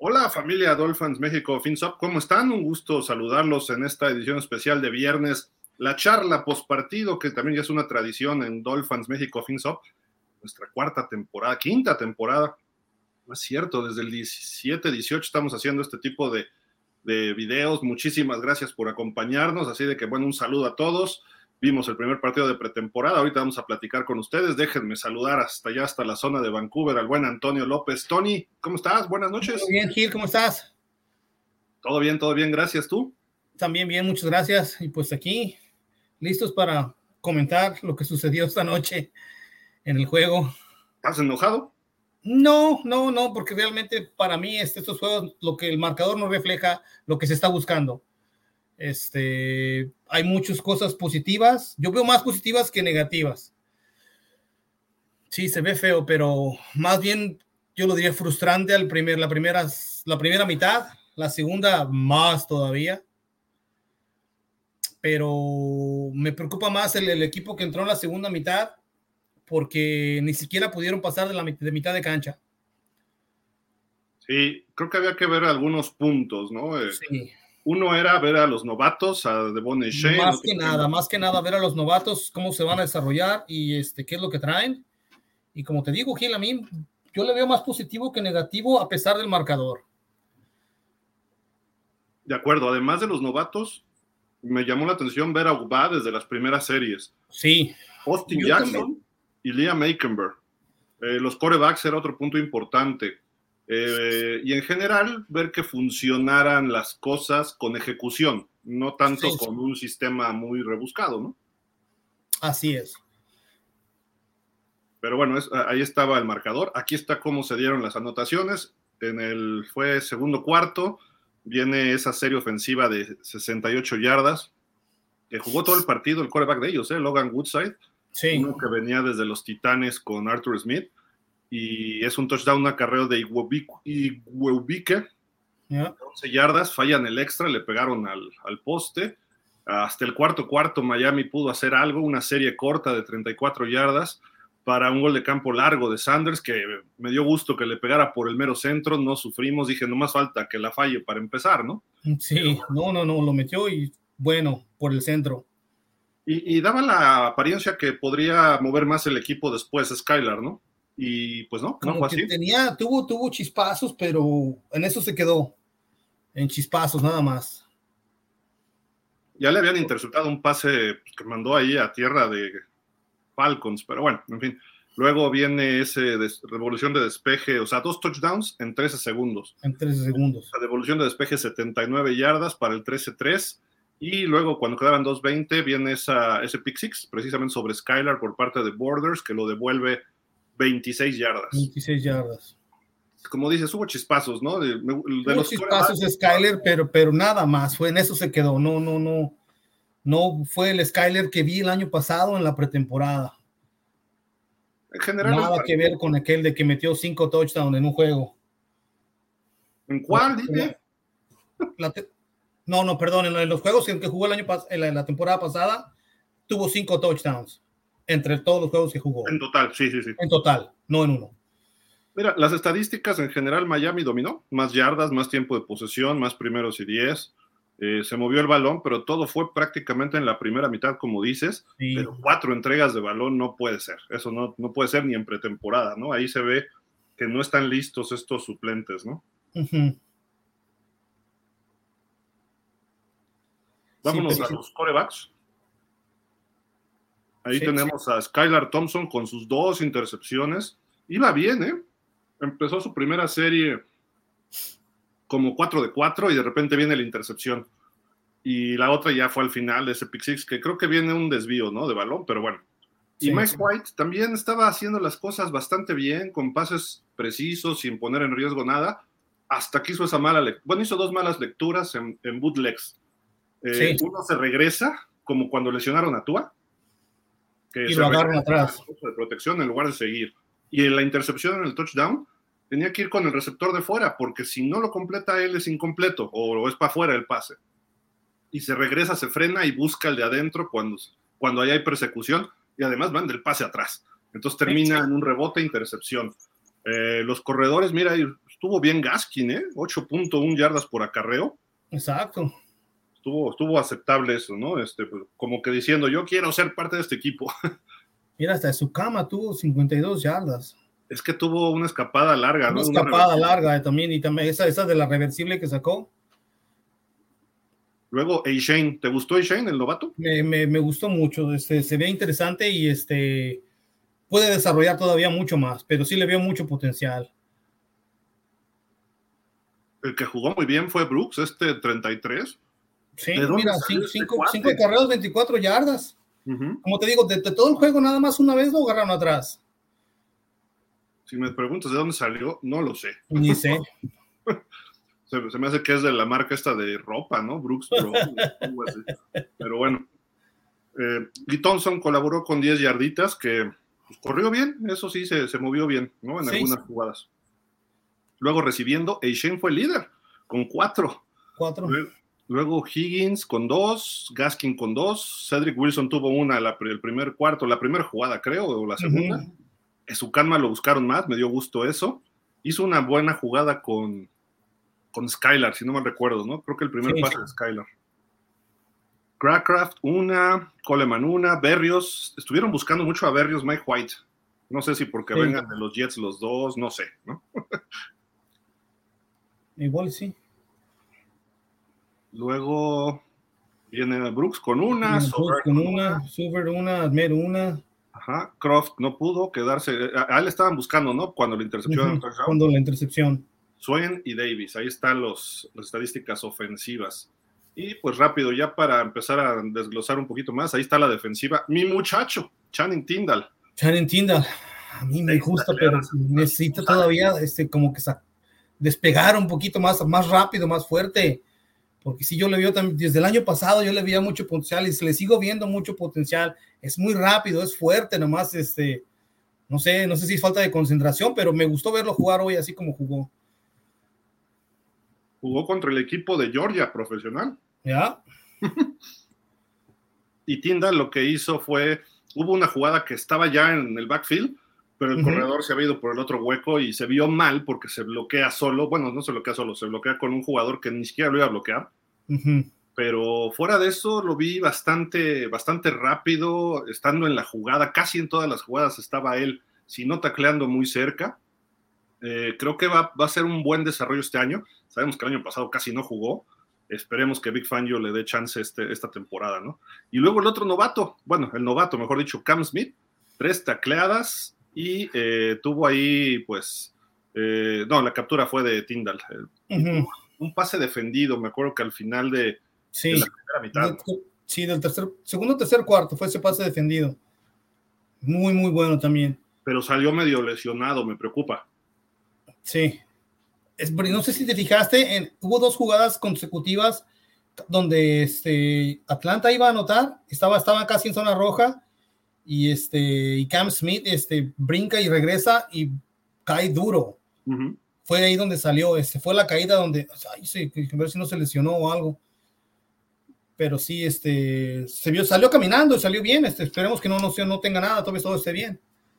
Hola familia Dolphins México FinSop, ¿cómo están? Un gusto saludarlos en esta edición especial de viernes, la charla postpartido, que también ya es una tradición en Dolphins México FinSop, nuestra quinta temporada, no es cierto, desde el 17-18 estamos haciendo este tipo de videos. Muchísimas gracias por acompañarnos, así de que bueno, un saludo a todos. Vimos el primer partido de pretemporada, ahorita vamos a platicar con ustedes. Déjenme saludar hasta allá, hasta la zona de Vancouver, al buen Antonio López. Tony, ¿cómo estás? Buenas noches. Muy bien, Gil, ¿cómo estás? Todo bien, gracias. ¿Tú? También bien, muchas gracias. Y pues aquí, listos para comentar lo que sucedió esta noche en el juego. ¿Estás enojado? No, porque realmente para mí estos juegos, lo que el marcador no refleja lo que se está buscando. Hay muchas cosas positivas. Yo veo más positivas que negativas. Sí, se ve feo, pero más bien yo lo diría frustrante la primera mitad, la segunda más todavía. Pero me preocupa más el equipo que entró en la segunda mitad, porque ni siquiera pudieron pasar de mitad de cancha. Sí, creo que había que ver algunos puntos, ¿no? Sí. Uno era ver a los novatos, a Devon Achane. Más que nada, ver a los novatos cómo se van a desarrollar y qué es lo que traen. Y como te digo, Gil, a mí yo le veo más positivo que negativo a pesar del marcador. De acuerdo, además de los novatos, me llamó la atención ver a Ugba desde las primeras series. Sí. Austin Jackson también. Y Liam Eikenberg. Los quarterbacks era otro punto importante. Y en general, ver que funcionaran las cosas con ejecución, no tanto sí, con un sistema muy rebuscado, ¿no? Así es. Pero bueno, ahí estaba el marcador. Aquí está cómo se dieron las anotaciones. Fue segundo cuarto. Viene esa serie ofensiva de 68 yardas, que jugó todo el partido el quarterback de ellos, Logan Woodside, sí. Uno que venía desde los Titanes con Arthur Smith, y es un touchdown, un acarreo de Iwebike, 11 yardas, fallan el extra, le pegaron al poste. Hasta el cuarto Miami pudo hacer algo, una serie corta de 34 yardas para un gol de campo largo de Sanders, que me dio gusto que le pegara por el mero centro. No sufrimos, dije, no más falta que la falle para empezar, ¿no? Sí, no, lo metió y bueno, por el centro. Y daba la apariencia que podría mover más el equipo después Skylar, ¿no? Y pues no como fue que así. Tuvo chispazos, pero en eso se quedó, en chispazos nada más. Ya le habían interceptado un pase que mandó ahí a tierra de Falcons, pero bueno, en fin. Luego viene revolución de despeje, o sea, 2 touchdowns en 13 segundos. En 13 segundos. La devolución de despeje 79 yardas para el 13-3. Y luego, cuando quedaban 2:20, viene ese pick six, precisamente sobre Skylar por parte de Borders, que lo devuelve 26 yardas. 26 yardas. Como dices, hubo chispazos, ¿no? Hubo chispazos de Skyler, pero nada más, en eso se quedó. No fue el Skyler que vi el año pasado en la pretemporada. En general, nada que ver con aquel de que metió 5 touchdowns en un juego. ¿En cuál, dime? Perdón, en los juegos en que jugó en la temporada pasada, tuvo 5 touchdowns entre todos los juegos que jugó. En total, sí. En total, no en uno. Mira, las estadísticas en general, Miami dominó, más yardas, más tiempo de posesión, más primeros y 10, se movió el balón, pero todo fue prácticamente en la primera mitad, como dices, sí. Pero 4 entregas de balón no puede ser, eso no puede ser ni en pretemporada, ¿no? Ahí se ve que no están listos estos suplentes, ¿no? Uh-huh. Vámonos a los quarterbacks. Ahí tenemos a Skylar Thompson con sus 2 intercepciones. Iba bien, Empezó su primera serie como 4 de 4 y de repente viene la intercepción. Y la otra ya fue al final de ese pick six, que creo que viene un desvío, ¿no? De balón, pero bueno. Y Mike White también estaba haciendo las cosas bastante bien, con pases precisos, sin poner en riesgo nada, hasta que hizo hizo 2 malas lecturas en bootlegs. Uno se regresa, como cuando lesionaron a Tua, que y lo agarran atrás. De protección en lugar de seguir. Y en la intercepción en el touchdown, tenía que ir con el receptor de fuera, porque si no lo completa él es incompleto, o es para afuera el pase. Y se regresa, se frena y busca el de adentro cuando ahí hay persecución, y además van del pase atrás. Entonces termina en un rebote, intercepción. Los corredores, mira, estuvo bien Gaskin, 8.1 yardas por acarreo. Exacto. Estuvo aceptable eso, ¿no? Pues, como que diciendo, yo quiero ser parte de este equipo. Mira, hasta su cama tuvo 52 yardas. Es que tuvo una escapada larga, Una ¿no? escapada larga también, y también esa de la reversible que sacó. Luego, Achane, ¿te gustó Achane, el novato? Me gustó mucho, se ve interesante y puede desarrollar todavía mucho más, pero sí le veo mucho potencial. El que jugó muy bien fue Brooks, 33. Sí, ¿De dónde mira, salió 5 cuate? acarreos, 24 yardas. Como te digo, de todo el juego nada más una vez lo agarraron atrás. Si me preguntas de dónde salió, no lo sé. Ni sé. Se me hace que es de la marca esta de ropa, ¿no? Brooks Brown, algo así. Pero bueno. Lee Thompson colaboró con 10 yarditas, que pues, corrió bien, eso sí, se movió bien, ¿no? En algunas jugadas. Luego recibiendo, Achane fue el líder, con 4. Luego Higgins con 2, Gaskin con 2, Cedric Wilson tuvo una el primer cuarto, la primera jugada, creo, o la segunda. Ezukanma lo buscaron más, me dio gusto eso. Hizo una buena jugada con Skylar, si no mal recuerdo, ¿no? Creo que el primer pase de Skylar. Crackraft una, Coleman una, Berrios, estuvieron buscando mucho a Berrios, Mike White. No sé si porque vengan de los Jets los dos, no sé, ¿no? Igual sí. Luego viene Brooks con una, Suber una, Admer una. Ajá, Croft no pudo quedarse, a él estaban buscando, ¿no? Cuando la intercepción. Cuando la intercepción. Swain y Davis, ahí están las estadísticas ofensivas. Y pues rápido, ya para empezar a desglosar un poquito más, ahí está la defensiva. Mi muchacho, Channing Tindall. A mí me gusta, pero necesita todavía como que despegar un poquito más rápido, más fuerte. Porque si yo le veo desde el año pasado, yo le veía mucho potencial y le sigo viendo mucho potencial. Es muy rápido, es fuerte, nomás no sé si es falta de concentración, pero me gustó verlo jugar hoy así como jugó. Jugó contra el equipo de Georgia profesional. ¿Ya? Y Tindall lo que hizo hubo una jugada que estaba ya en el backfield, pero el corredor se había ido por el otro hueco y se vio mal porque se bloquea solo. Bueno, no se bloquea solo, se bloquea con un jugador que ni siquiera lo iba a bloquear. Pero fuera de eso lo vi bastante rápido, estando en la jugada, casi en todas las jugadas estaba él, si no tacleando muy cerca. Creo que va a ser un buen desarrollo este año. Sabemos que el año pasado casi no jugó. Esperemos que Vic Fangio le dé chance esta temporada, ¿no? Y luego el otro novato, mejor dicho, Cam Smith, 3 tacleadas y tuvo ahí, pues, la captura fue de Tindall. Un pase defendido, me acuerdo que al final de la primera mitad. Sí, del segundo, tercer cuarto fue ese pase defendido. Muy, muy bueno también. Pero salió medio lesionado, me preocupa. Sí. No sé si te fijaste, hubo 2 jugadas consecutivas donde Atlanta iba a anotar, estaba casi en zona roja y Cam Smith brinca y regresa y cae duro. Fue ahí donde salió, fue la caída donde, a ver si no se lesionó o algo. Pero sí, salió caminando, salió bien, esperemos que no tenga nada, todavía todo esté bien.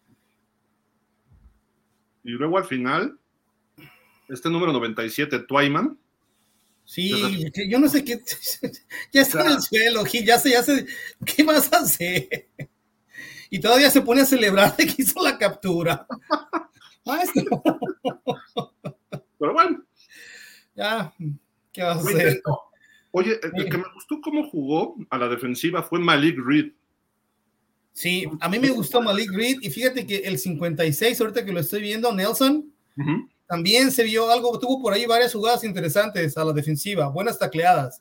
Y luego al final, número 97, Twyman. Sí, yo no sé qué, ya está en el suelo, Gil, ya sé, ¿qué vas a hacer? Y todavía se pone a celebrar de que hizo la captura. Maestro. Pero bueno. Ya, ¿qué vas a hacer? Oye, el que me gustó cómo jugó a la defensiva fue Malik Reed. Sí, a mí me gustó Malik Reed y fíjate que el 56, ahorita que lo estoy viendo, Nelson, también se vio algo, tuvo por ahí varias jugadas interesantes a la defensiva, buenas tacleadas,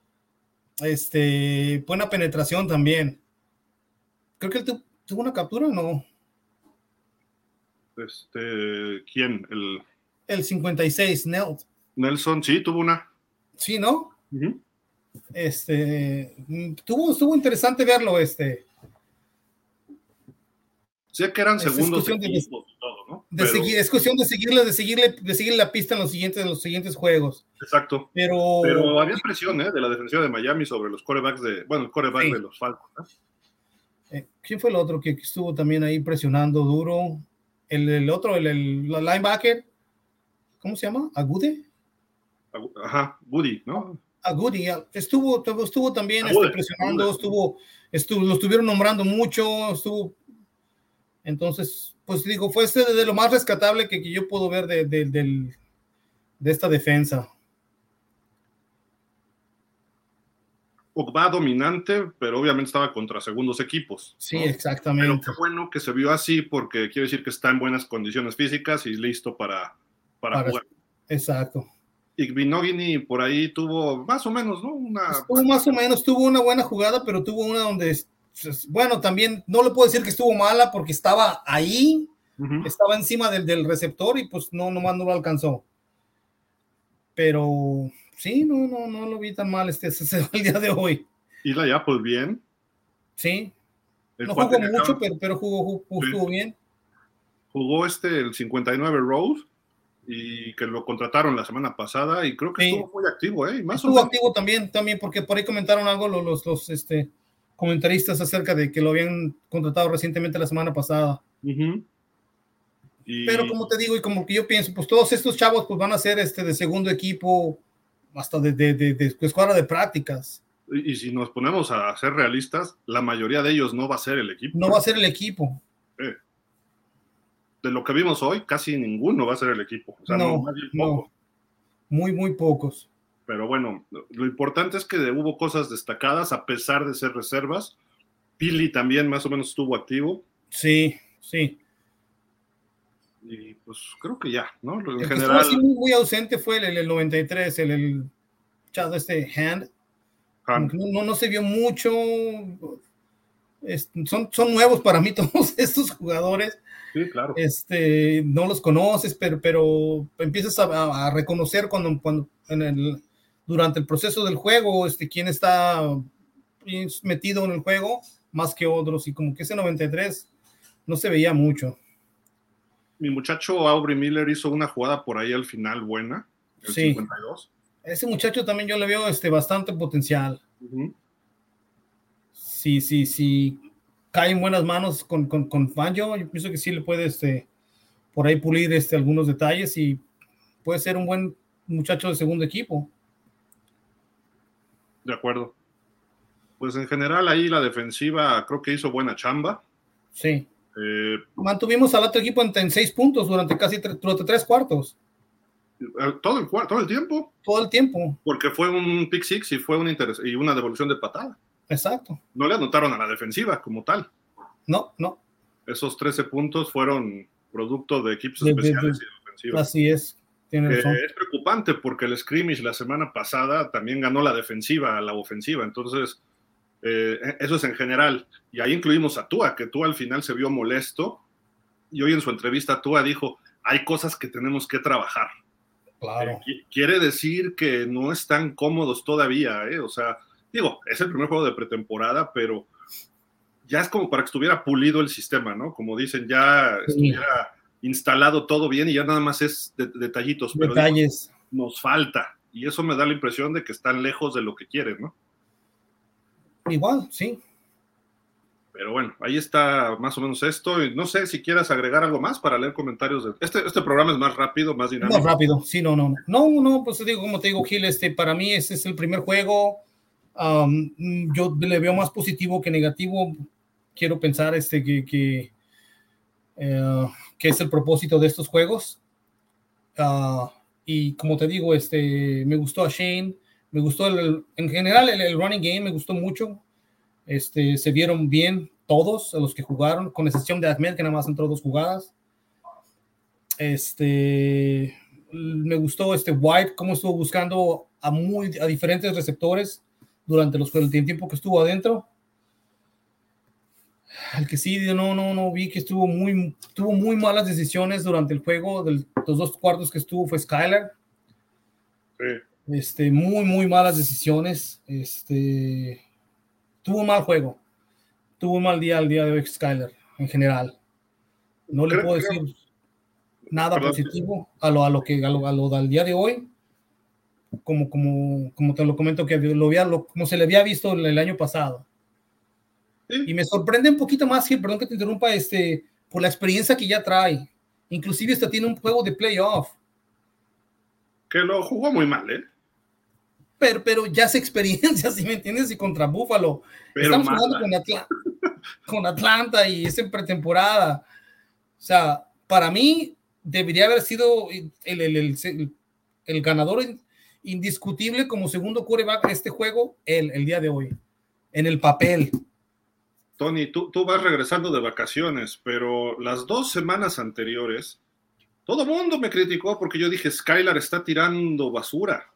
buena penetración también. Creo que él tuvo una captura o no. ¿Quién? El 56, Nelson, sí, tuvo una. Sí, ¿no? Estuvo interesante verlo, Sé que eran segundos equipos y todo, ¿no? Es cuestión de seguirle la pista en los siguientes juegos. Exacto. Pero había presión, de la defensiva de Miami sobre los quarterbacks el quarterback de los Falcons, ¿no? ¿Quién fue el otro que estuvo también ahí presionando duro? El otro, el linebacker. ¿cómo se llama? ¿Agude? Ajá, Goody, ¿no? Agude, estuvo también Agude, presionando, Agude. lo estuvieron nombrando mucho, entonces, pues digo, fue de lo más rescatable que yo puedo ver de esta defensa. Pogba dominante, pero obviamente estaba contra segundos equipos, ¿no? Sí, exactamente. Pero qué bueno que se vio así, porque quiere decir que está en buenas condiciones físicas y listo para jugar. Exacto. Igbinogini por ahí tuvo más o menos, ¿no? Tuvo una buena jugada, pero tuvo una donde, bueno, también no le puedo decir que estuvo mala porque estaba ahí, estaba encima del receptor y pues nomás no lo alcanzó. Pero sí, no lo vi tan mal el día de hoy. Eli Apple bien. Sí. No jugó mucho, pero jugó bien. Jugó el 59 Rose y que lo contrataron la semana pasada y creo que estuvo muy activo, ¿eh? Estuvo activo también, porque por ahí comentaron algo los comentaristas acerca de que lo habían contratado recientemente la semana pasada. Pero como te digo y como que yo pienso, pues todos estos chavos pues van a ser de segundo equipo hasta de escuadra de prácticas. Y si nos ponemos a ser realistas, la mayoría de ellos no va a ser el equipo. No va a ser el equipo. De lo que vimos hoy, casi ninguno va a ser el equipo. O sea, no, más bien pocos. Muy pocos. Pero bueno, lo importante es que hubo cosas destacadas a pesar de ser reservas. Pili también más o menos estuvo activo. Sí. Y pues creo que ya, ¿no? En el general. Que estuvo así muy ausente fue el 93, el chavo Hand. No se vio mucho. Son nuevos para mí todos estos jugadores. Sí, claro. No los conoces, pero empiezas a reconocer cuando durante el proceso del juego, quién está metido en el juego más que otros, y como que ese 93 no se veía mucho. Mi muchacho Aubrey Miller hizo una jugada por ahí al final buena, el 52. Ese muchacho también yo le veo bastante potencial. Sí, cae en buenas manos con Fangio. Yo pienso que sí le puede por ahí pulir algunos detalles y puede ser un buen muchacho de segundo equipo. De acuerdo. Pues en general ahí la defensiva creo que hizo buena chamba. Sí. Mantuvimos al otro equipo en 6 puntos durante 3 cuartos. Todo el tiempo. Todo el tiempo. Porque fue un pick six y fue y una devolución de patada. Exacto. No le anotaron a la defensiva como tal. No. Esos 13 puntos fueron producto de equipos especiales y de ofensiva. Así es. Tiene razón. Es preocupante porque el scrimmage la semana pasada también ganó la defensiva a la ofensiva. Entonces, eso es en general. Y ahí incluimos a Tua, que Tua al final se vio molesto. Y hoy en su entrevista Tua dijo, hay cosas que tenemos que trabajar. Claro. Quiere decir que no están cómodos todavía, o sea, digo, es el primer juego de pretemporada, pero ya es como para que estuviera pulido el sistema, ¿no? Como dicen, ya estuviera instalado todo bien y ya nada más es detallitos. Pero detalles. Digo, nos falta, y eso me da la impresión de que están lejos de lo que quieren, ¿no? Igual, sí. Pero bueno, ahí está más o menos esto. Y no sé si quieras agregar algo más para leer comentarios. Este programa es más rápido, más dinámico. Más rápido, sí, no, pues digo, como te digo, Gil, para mí este es el primer juego. Yo le veo más positivo que negativo. Quiero pensar que es el propósito de estos juegos. Y como te digo, me gustó a Shane, me gustó en general el running game, me gustó mucho. Se vieron bien todos los que jugaron, con excepción de Ahmed, que nada más entró 2 jugadas. Me gustó White, cómo estuvo buscando a diferentes receptores durante el tiempo que estuvo adentro. El que sí no vi que tuvo muy malas decisiones durante el juego. Los 2 cuartos que estuvo fue Skyler. Sí. Muy malas decisiones. Tuvo un mal juego. Tuvo un mal día el día de hoy Skyler, en general. No le puedo decir nada positivo a lo del día de hoy. Como te lo comento, que como se le había visto el año pasado. Sí. Y me sorprende un poquito más, perdón que te interrumpa, por la experiencia que ya trae. Inclusive tiene un juego de playoff. Que lo jugó muy mal, ¿eh? Pero ya es experiencia, ¿sí me entiendes? Y contra Buffalo. Pero Estamos mala. jugando con Atlanta y es en pretemporada. O sea, para mí debería haber sido el ganador indiscutible como segundo quarterback de este juego el día de hoy, en el papel. Tony, tú vas regresando de vacaciones, pero las 2 semanas anteriores, todo el mundo me criticó porque yo dije, Skylar está tirando basura.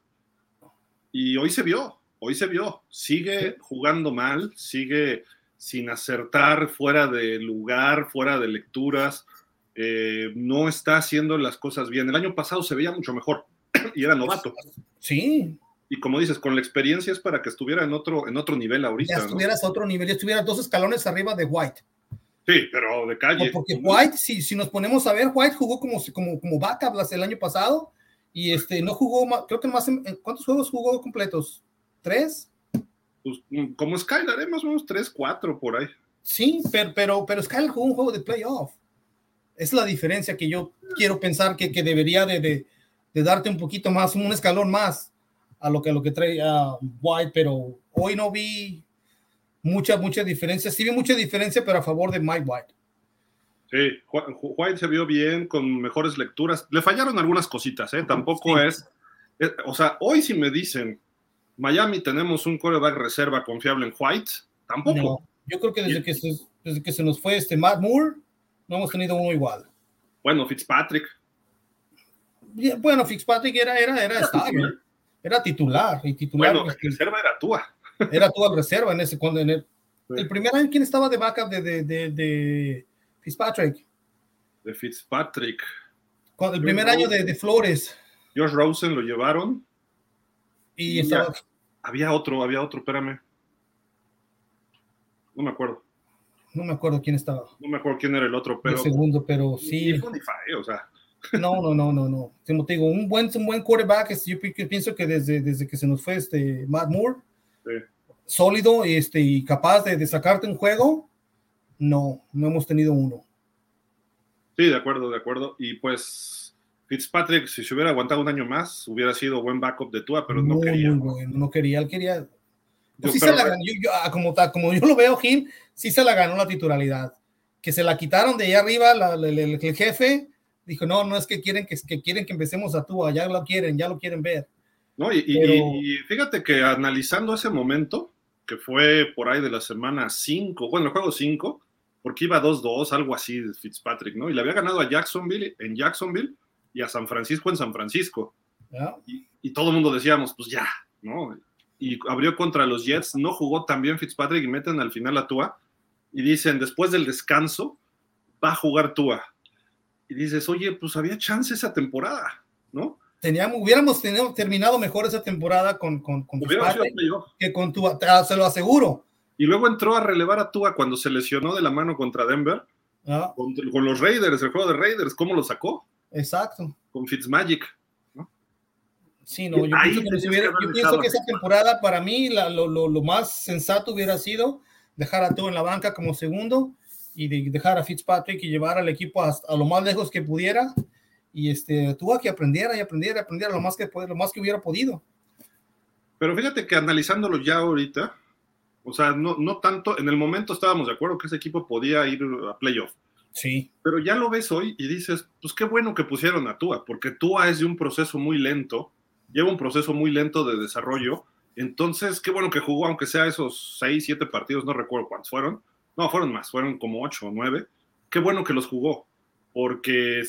Y hoy se vio. Sigue jugando mal, sigue sin acertar, fuera de lugar, fuera de lecturas. No está haciendo las cosas bien. El año pasado se veía mucho mejor y era novato. Sí. Y como dices, con la experiencia es para que estuviera en otro nivel ahorita. Ya estuvieras, ¿no?, a otro nivel, ya estuvieras 2 escalones arriba de White. Sí, pero de calle. No, porque White, si nos ponemos a ver, White jugó como backup el año pasado y no jugó, creo que más, ¿cuántos juegos jugó completos? ¿3? Pues, como Skylar, más o menos 3, 4 por ahí. Sí, pero Skylar jugó un juego de playoff. Es la diferencia que yo quiero pensar que debería de darte un poquito más, un escalón más a lo que trae White, pero hoy no vi mucha diferencia. Sí vi mucha diferencia, pero a favor de Mike White. Sí, White se vio bien, con mejores lecturas. Le fallaron algunas cositas, ¿eh? Tampoco sí. O sea, hoy si me dicen, Miami tenemos un quarterback reserva confiable en White, tampoco. No, yo creo que desde que se nos fue Matt Moore, no hemos tenido uno igual. Bueno, Fitzpatrick. Bueno, Fitzpatrick era titular. Y titular. Bueno, el reserva era Tua. Era Tua reserva en ese. El primer año, ¿quién estaba de backup de Fitzpatrick? De Fitzpatrick. El primer año de Flores. Josh Rosen lo llevaron. Y estaba. Había otro, espérame. No me acuerdo. No me acuerdo quién estaba. No me acuerdo quién era el otro, pero. El segundo, pero sí. Y Fonify, o sea. No. Como te digo, un buen quarterback. Yo pienso que desde que se nos fue Matt Moore, sí, sólido y capaz de sacarte un juego, no hemos tenido uno. Sí, de acuerdo. Y pues Fitzpatrick, si se hubiera aguantado un año más, hubiera sido buen backup de Tua, pero no quería. Muy bueno, no quería, él quería. Pues sí se la ganó, como yo lo veo, Gil, sí se la ganó la titularidad. Que se la quitaron de allá arriba el jefe. Dijo, no es que quieren que empecemos a Tua, ya lo quieren ver. No, y fíjate que analizando ese momento, que fue por ahí de la semana 5, bueno, el juego 5, porque iba 2-2, algo así de Fitzpatrick, ¿no? Y le había ganado a Jacksonville en Jacksonville y a San Francisco en San Francisco. Yeah. Y todo el mundo decíamos, pues ya, ¿no? Y abrió contra los Jets, no jugó tan bien Fitzpatrick y meten al final a Tua y dicen, después del descanso, va a jugar Tua. Y dices, oye, pues había chance esa temporada, ¿no? Hubiéramos terminado mejor esa temporada con Fitzpatrick que con Tua, se lo aseguro. Y luego entró a relevar a Tua cuando se lesionó de la mano contra Denver, con los Raiders, el juego de Raiders, ¿cómo lo sacó? Exacto. Con Fitzmagic, ¿no? Sí, no, yo pienso que esa temporada para mí lo más sensato hubiera sido dejar a Tua en la banca como segundo y dejar a Fitzpatrick y llevar al equipo a lo más lejos que pudiera y Tua que aprendiera lo más que hubiera podido. Pero fíjate que analizándolo ya ahorita, o sea, no tanto, en el momento estábamos de acuerdo que ese equipo podía ir a playoff. Sí. Pero ya lo ves hoy y dices, pues qué bueno que pusieron a Tua, porque Tua es de un proceso muy lento, lleva un proceso muy lento de desarrollo, entonces qué bueno que jugó, aunque sea esos 6, 7 partidos, no recuerdo cuántos fueron, no, fueron más, fueron como 8 o 9, qué bueno que los jugó, porque,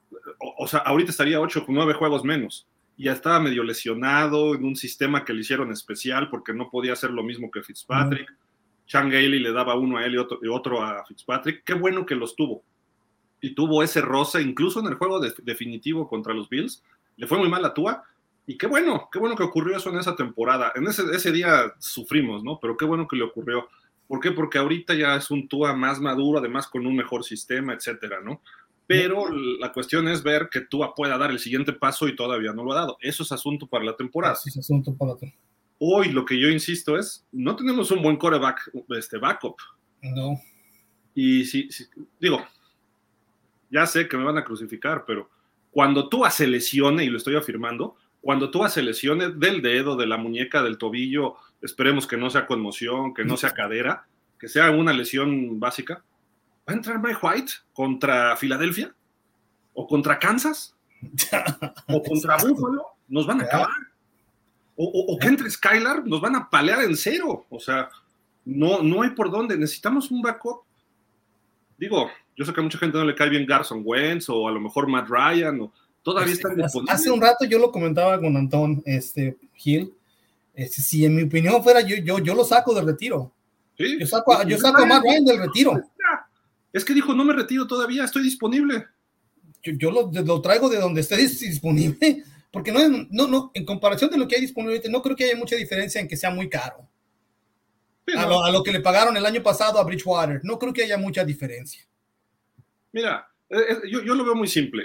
o sea, ahorita estaría 8 o 9 juegos menos, y ya estaba medio lesionado en un sistema que le hicieron especial, porque no podía hacer lo mismo que Fitzpatrick, Chan Gailey le daba uno a él y otro a Fitzpatrick, qué bueno que los tuvo, y tuvo ese roce, incluso en el juego definitivo contra los Bills, le fue muy mal a Tua, y qué bueno que ocurrió eso en esa temporada. En ese día sufrimos, ¿no? Pero qué bueno que le ocurrió. ¿Por qué? Porque ahorita ya es un Tua más maduro, además con un mejor sistema, etcétera, ¿no? Pero la cuestión es ver que Tua pueda dar el siguiente paso y todavía no lo ha dado. Eso es asunto para la temporada. Sí, es asunto para la temporada. Hoy lo que yo insisto es, no tenemos un buen quarterback, backup. No. Y sí, digo, ya sé que me van a crucificar, pero cuando Tua se lesione, y lo estoy afirmando, cuando Tua se lesione del dedo, de la muñeca, del tobillo, esperemos que no sea conmoción, que no sea cadera, que sea una lesión básica, ¿va a entrar Mike White contra Filadelfia? ¿O contra Kansas? ¿O contra Buffalo? Nos van a acabar. O que entre Skylar, nos van a palear en cero. O sea, no hay por dónde. Necesitamos un backup. Digo, yo sé que a mucha gente no le cae bien Carson Wentz o a lo mejor Matt Ryan, o todavía están disponibles. Hace un rato yo lo comentaba con Antón Gil. Si en mi opinión fuera, yo lo saco del retiro. ¿Sí? Yo saco a Matt Ryan del retiro. Es que dijo, no me retiro todavía, estoy disponible. Yo lo traigo de donde esté disponible, porque no, en comparación de lo que hay disponible, no creo que haya mucha diferencia en que sea muy caro. Sí, no. A lo que le pagaron el año pasado a Bridgewater, no creo que haya mucha diferencia. Mira, yo lo veo muy simple.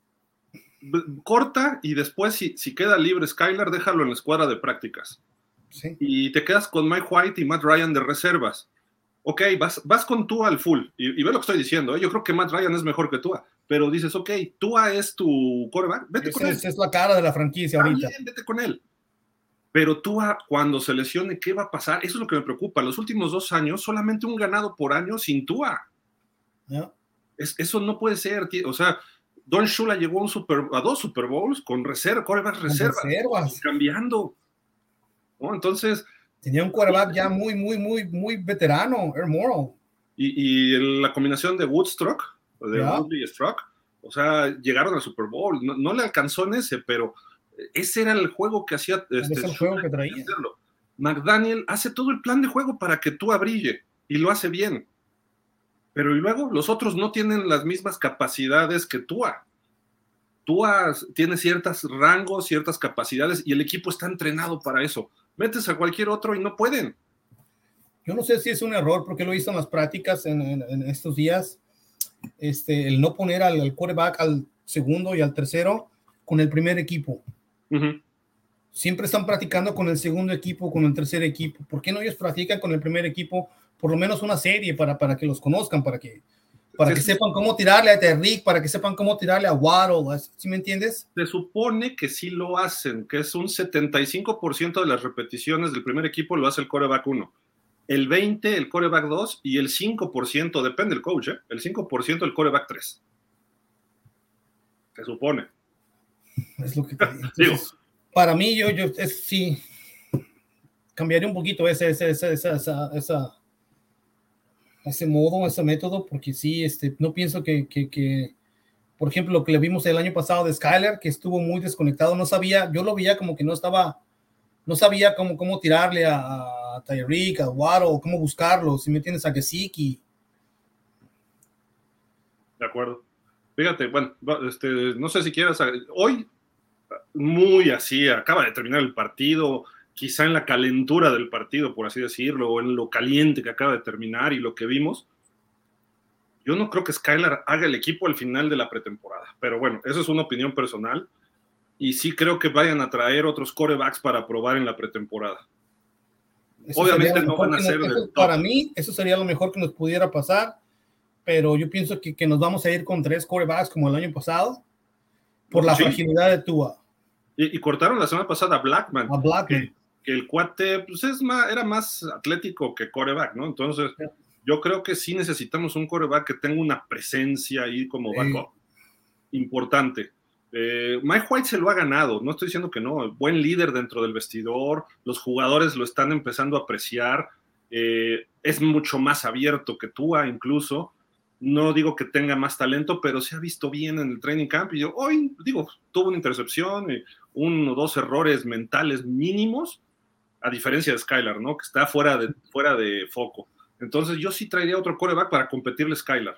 Corta y después, si queda libre Skylar, déjalo en la escuadra de prácticas. Sí. Y te quedas con Mike White y Matt Ryan de reservas. Ok, vas con Tua al full. Y ve lo que estoy diciendo. Yo creo que Matt Ryan es mejor que Tua. Pero dices, ok, Tua es tu quarterback, vete con él. Es la cara de la franquicia ahorita. Bien, vete con él. Pero Tua, cuando se lesione, ¿qué va a pasar? Eso es lo que me preocupa. Los últimos 2 años, solamente un ganado por año sin Tua. Yeah. Eso no puede ser, tío. O sea, Don Shula llegó a 2 Super Bowls con quarterbacks reservas. Cambiando. ¿No? Entonces... Tenía un quarterback ya muy veterano, Earl Morrall. Y la combinación de Woodstock, de Woodley y Strock, o sea, llegaron al Super Bowl. No le alcanzó en ese, pero ese era el juego que hacía. Es el juego que traía. Hacerlo. McDaniel hace todo el plan de juego para que Tua brille, y lo hace bien. Pero y luego los otros no tienen las mismas capacidades que Tua. Tua tiene ciertos rangos, ciertas capacidades, y el equipo está entrenado para eso. Metes a cualquier otro y no pueden. Yo no sé si es un error, porque lo he visto en las prácticas en estos días, el no poner al quarterback al segundo y al tercero con el primer equipo. Uh-huh. Siempre están practicando con el segundo equipo, con el tercer equipo. ¿Por qué no ellos practican con el primer equipo por lo menos una serie para que los conozcan, para que sepan cómo tirarle a Tyreek, para que sepan cómo tirarle a Waddle? ¿Sí me entiendes? Se supone que sí lo hacen, que es un 75% de las repeticiones del primer equipo lo hace el quarterback 1, el 20% el quarterback 2 y el 5%, depende del coach, el 5% el quarterback 3. Se supone. Es lo que te digo. Entonces, para mí, sí, cambiaría un poquito ese modo, ese método, porque sí, no pienso que, por ejemplo, lo que le vimos el año pasado de Skylar, que estuvo muy desconectado, yo lo veía como que no sabía cómo tirarle a Tyreek, a Waddle, cómo buscarlo, si me entiendes, a Gesicki. De acuerdo. Fíjate, bueno, no sé si quieras, hoy, muy así, acaba de terminar el partido, quizá en la calentura del partido, por así decirlo, o en lo caliente que acaba de terminar y lo que vimos, yo no creo que Skylar haga el equipo al final de la pretemporada, pero bueno, eso es una opinión personal, y sí creo que vayan a traer otros quarterbacks para probar en la pretemporada. Obviamente no van a ser del top. Para mí, eso sería lo mejor que nos pudiera pasar, pero yo pienso que nos vamos a ir con 3 quarterbacks como el año pasado, por la fragilidad de Tua. Y cortaron la semana pasada a Blackman. Que el cuate pues era más atlético que quarterback, ¿no? Entonces, yo creo que sí necesitamos un quarterback que tenga una presencia ahí como backup importante. Mike White se lo ha ganado, no estoy diciendo que no, buen líder dentro del vestidor, los jugadores lo están empezando a apreciar, es mucho más abierto que Tua incluso. No digo que tenga más talento, pero se ha visto bien en el training camp. Y hoy, tuvo una intercepción, 1 o 2 errores mentales mínimos, a diferencia de Skylar, ¿no? Que está fuera de foco. Entonces, yo sí traería otro quarterback para competirle a Skylar.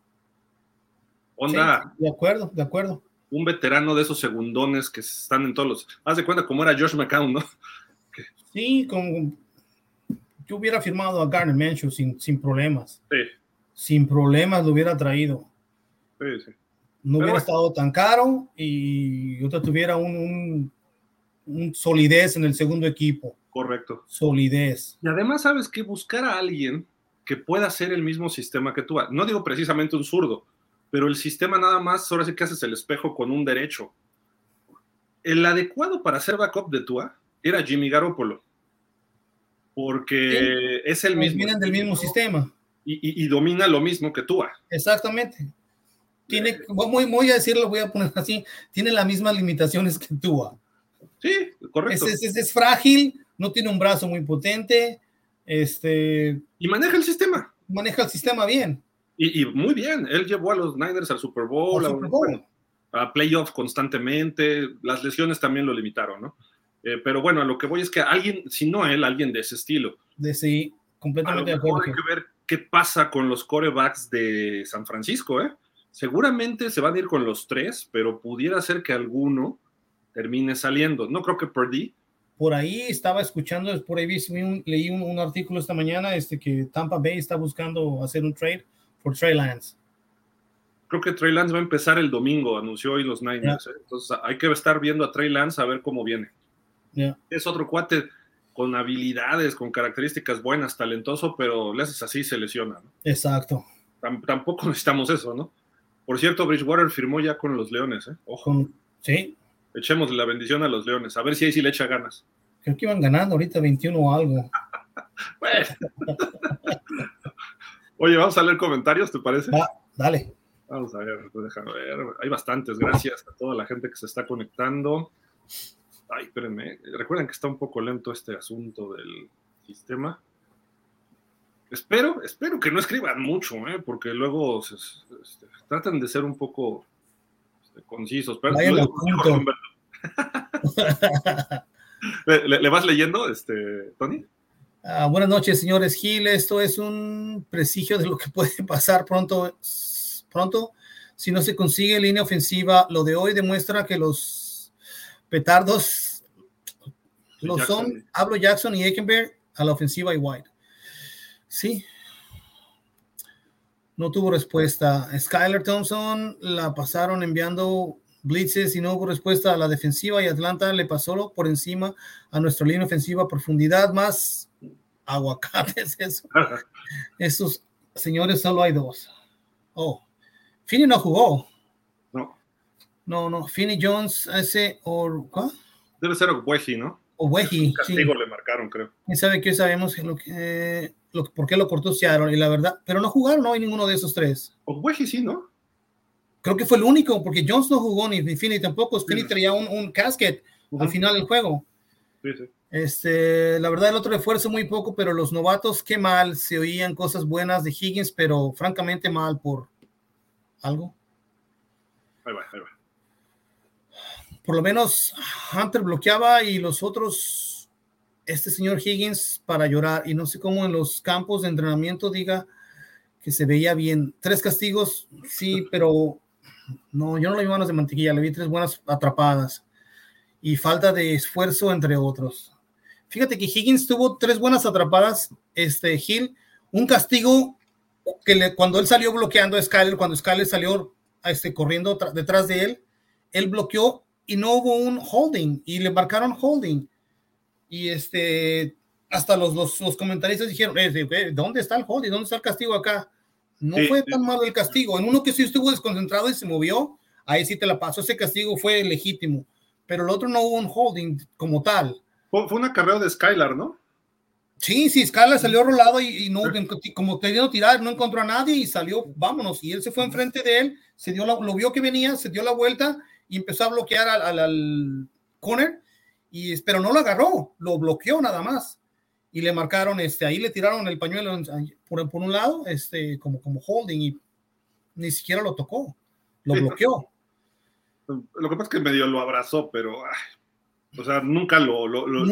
Onda. Sí, de acuerdo. Un veterano de esos segundones que están en todos los... Haz de cuenta como era Josh McCown, ¿no? Sí, yo hubiera firmado a Gardner Minshew sin problemas. Sí. Sin problemas lo hubiera traído. Sí. No hubiera estado tan caro y otra tuviera un solidez en el segundo equipo. Correcto. Solidez. Y además, ¿sabes qué? Buscar a alguien que pueda hacer el mismo sistema que tú. No digo precisamente un zurdo, pero el sistema nada más, ahora sí que haces el espejo con un derecho. el adecuado para ser backup de Tua era Jimmy Garoppolo, porque Sí, es el pues mismo vienen del mismo sistema. y domina lo mismo que Tua. Exactamente. Tiene, voy a decirlo, voy a poner así, tiene las mismas limitaciones que Tua. Sí, correcto. Es frágil, no tiene un brazo muy potente, y maneja el sistema. Maneja el sistema bien. Y muy bien, él llevó a los Niners al Super Bowl, bueno, a playoffs constantemente, las lesiones también lo limitaron, ¿no? Pero bueno, a lo que voy es que alguien, si no él, alguien de ese estilo. Sí, completamente de acuerdo. Hay que ver qué pasa con los quarterbacks de San Francisco, ¿eh? Seguramente se van a ir con los 3, pero pudiera ser que alguno termine saliendo. No creo que Purdy. Por ahí estaba escuchando, por ahí leí un artículo esta mañana, que Tampa Bay está buscando hacer un trade por Trey Lance. Creo que Trey Lance va a empezar el domingo, anunció hoy los Niners. Yeah. Entonces hay que estar viendo a Trey Lance a ver cómo viene. Yeah. Es otro cuate con habilidades, con características buenas, talentoso, pero le haces así, se lesiona, ¿no? Exacto. Tampoco necesitamos eso, ¿no? Por cierto, Bridgewater firmó ya con los Leones, ¿eh? Ojo. Sí. Echemos la bendición a los Leones, a ver si ahí sí le echa ganas. Creo que iban ganando ahorita 21 o algo. Bueno. Oye, vamos a leer comentarios, ¿te parece? Dale. Vamos a ver, déjame ver. Hay bastantes, gracias a toda la gente que se está conectando. Ay, espérenme. Recuerden que está un poco lento este asunto del sistema. Espero que no escriban mucho, porque luego tratan de ser un poco concisos. Pero ¿Le vas leyendo, Tony? Buenas noches, señores Gil. Esto es un presagio de lo que puede pasar pronto. Si no se consigue línea ofensiva, lo de hoy demuestra que los petardos lo son. Hablo Jackson y Eckenberg a la ofensiva y White. Sí. No tuvo respuesta. Skylar Thompson la pasaron enviando blitzes y no hubo respuesta a la defensiva y Atlanta le pasó por encima a nuestra línea ofensiva. Profundidad más aguacates. Eso. Esos señores solo hay dos. Oh, Finney no jugó. No. Finney Jones, ¿cuál? Debe ser Ogweji, ¿no? Ogweji. Un castigo le marcaron, creo. ¿Quién sabe qué sabemos? ¿Por qué lo cortó Seattle? Y la verdad, pero no jugaron hoy ninguno de esos tres. Ogweji sí, ¿no? Creo que fue el único, porque Jones no jugó, ni Finney tampoco. Sí. Finney traía un casket al final del juego. Sí. La verdad, el otro esfuerzo muy poco, pero los novatos, qué mal. Se oían cosas buenas de Higgins, pero francamente mal por algo. Ahí va. Por lo menos Hunter bloqueaba y los otros, señor Higgins para llorar. Y no sé cómo en los campos de entrenamiento diga que se veía bien. 3 castigos, sí, pero no, yo no le vi manos de mantequilla, le vi 3 buenas atrapadas y falta de esfuerzo entre otros. Fíjate que Higgins tuvo 3 buenas atrapadas, Hill, un castigo que cuando él salió bloqueando a Skyler, cuando Skyler salió corriendo detrás de él bloqueó y no hubo un holding y le marcaron holding y hasta los comentaristas dijeron, ¿dónde está el holding? ¿Dónde está el castigo acá? No fue tan malo el castigo. En uno que sí estuvo desconcentrado y se movió, ahí sí te la pasó. Ese castigo fue legítimo. Pero el otro no hubo un holding como tal. Fue un acarreo de Skylar, ¿no? Sí, Skylar salió rolado y no, como queriendo tirar, no encontró a nadie y salió, vámonos. Y él se fue enfrente de él, lo vio que venía, se dio la vuelta y empezó a bloquear al corner, pero no lo agarró, lo bloqueó nada más. Y le marcaron, ahí le tiraron el pañuelo por un lado, como holding y ni siquiera lo tocó, lo bloqueó. Lo que pasa es que medio lo abrazó, pero, o sea, nunca lo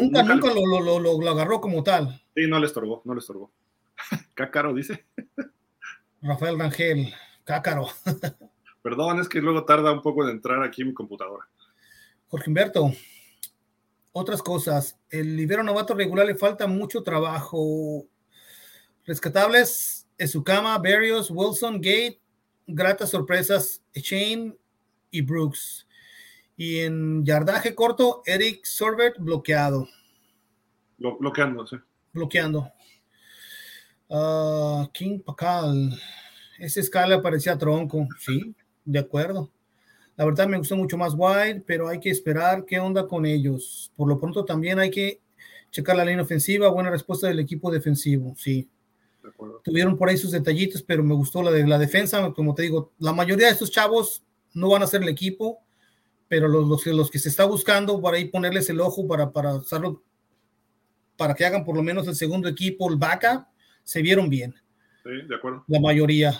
agarró como tal. Sí, no le estorbó. Cácaro, dice. Rafael Rangel, Cácaro. Perdón, es que luego tarda un poco en entrar aquí en mi computadora. Jorge Humberto. Otras cosas, el libero novato regular le falta mucho trabajo. Rescatables, Ezukama, Berrios, Wilson, Gate, gratas sorpresas, Shane y Brooks. Y en yardaje corto, Eric Sorbert bloqueado. Bloqueando, sí. Bloqueando. King Pakal. Esa escala parecía tronco. Sí, de acuerdo. La verdad me gustó mucho más White, pero hay que esperar qué onda con ellos. Por lo pronto también hay que checar la línea ofensiva, buena respuesta del equipo defensivo, sí. Tuvieron por ahí sus detallitos, pero me gustó la defensa. Como te digo, la mayoría de estos chavos no van a ser el equipo, pero los que se está buscando para ahí ponerles el ojo para usarlo, para que hagan por lo menos el segundo equipo, el backup, se vieron bien. Sí, de acuerdo. La mayoría.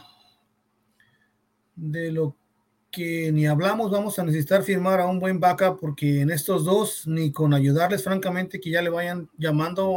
De lo que ni hablamos, vamos a necesitar firmar a un buen backup, porque en estos dos, ni con ayudarles, francamente, que ya le vayan llamando.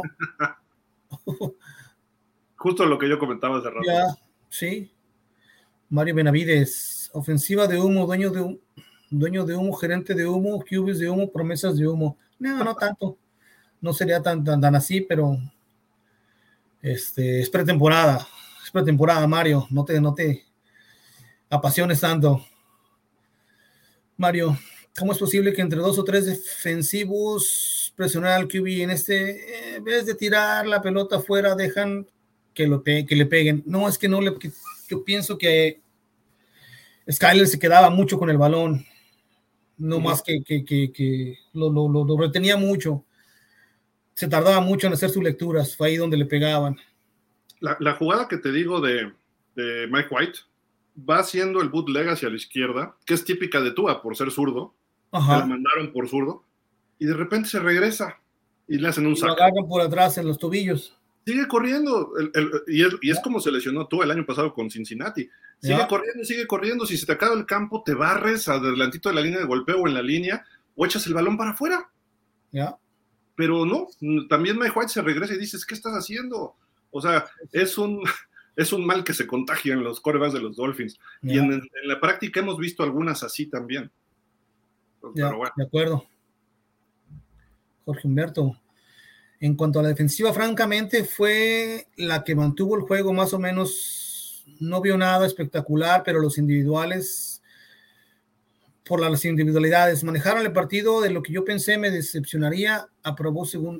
Justo lo que yo comentaba hace rato. Ya, sí. Mario Benavides, ofensiva de humo, dueño de humo, gerente de humo, QBs de humo, promesas de humo. No tanto. No sería tan así, pero es pretemporada. Es pretemporada, Mario. No te apasiones tanto. Mario, ¿cómo es posible que entre 2 o 3 defensivos presionar al QB en vez de tirar la pelota afuera, dejan que le peguen? No, es que no le... Yo pienso que Skyler se quedaba mucho con el balón, no más que lo retenía mucho. Se tardaba mucho en hacer sus lecturas, fue ahí donde le pegaban. La jugada que te digo de Mike White va haciendo el bootleg hacia la izquierda, que es típica de Tua por ser zurdo. Ajá. Se la mandaron por zurdo y de repente se regresa y le hacen un saque. Lo agarran por atrás en los tobillos. Sigue corriendo y es como se lesionó Tua el año pasado con Cincinnati. Sigue corriendo. Si se te acaba el campo, te barres adelantito de la línea de golpeo o en la línea o echas el balón para afuera. Ya. Pero no, también Mike White se regresa y dices, ¿qué estás haciendo? O sea, es un mal que se contagia en los quarterbacks de los Dolphins. Yeah. Y en la práctica hemos visto algunas así también. Pero bueno. De acuerdo. Jorge Humberto. En cuanto a la defensiva, francamente, fue la que mantuvo el juego más o menos. No vio nada espectacular, pero los individuales, por las individualidades, manejaron el partido de lo que yo pensé me decepcionaría. Aprobó según...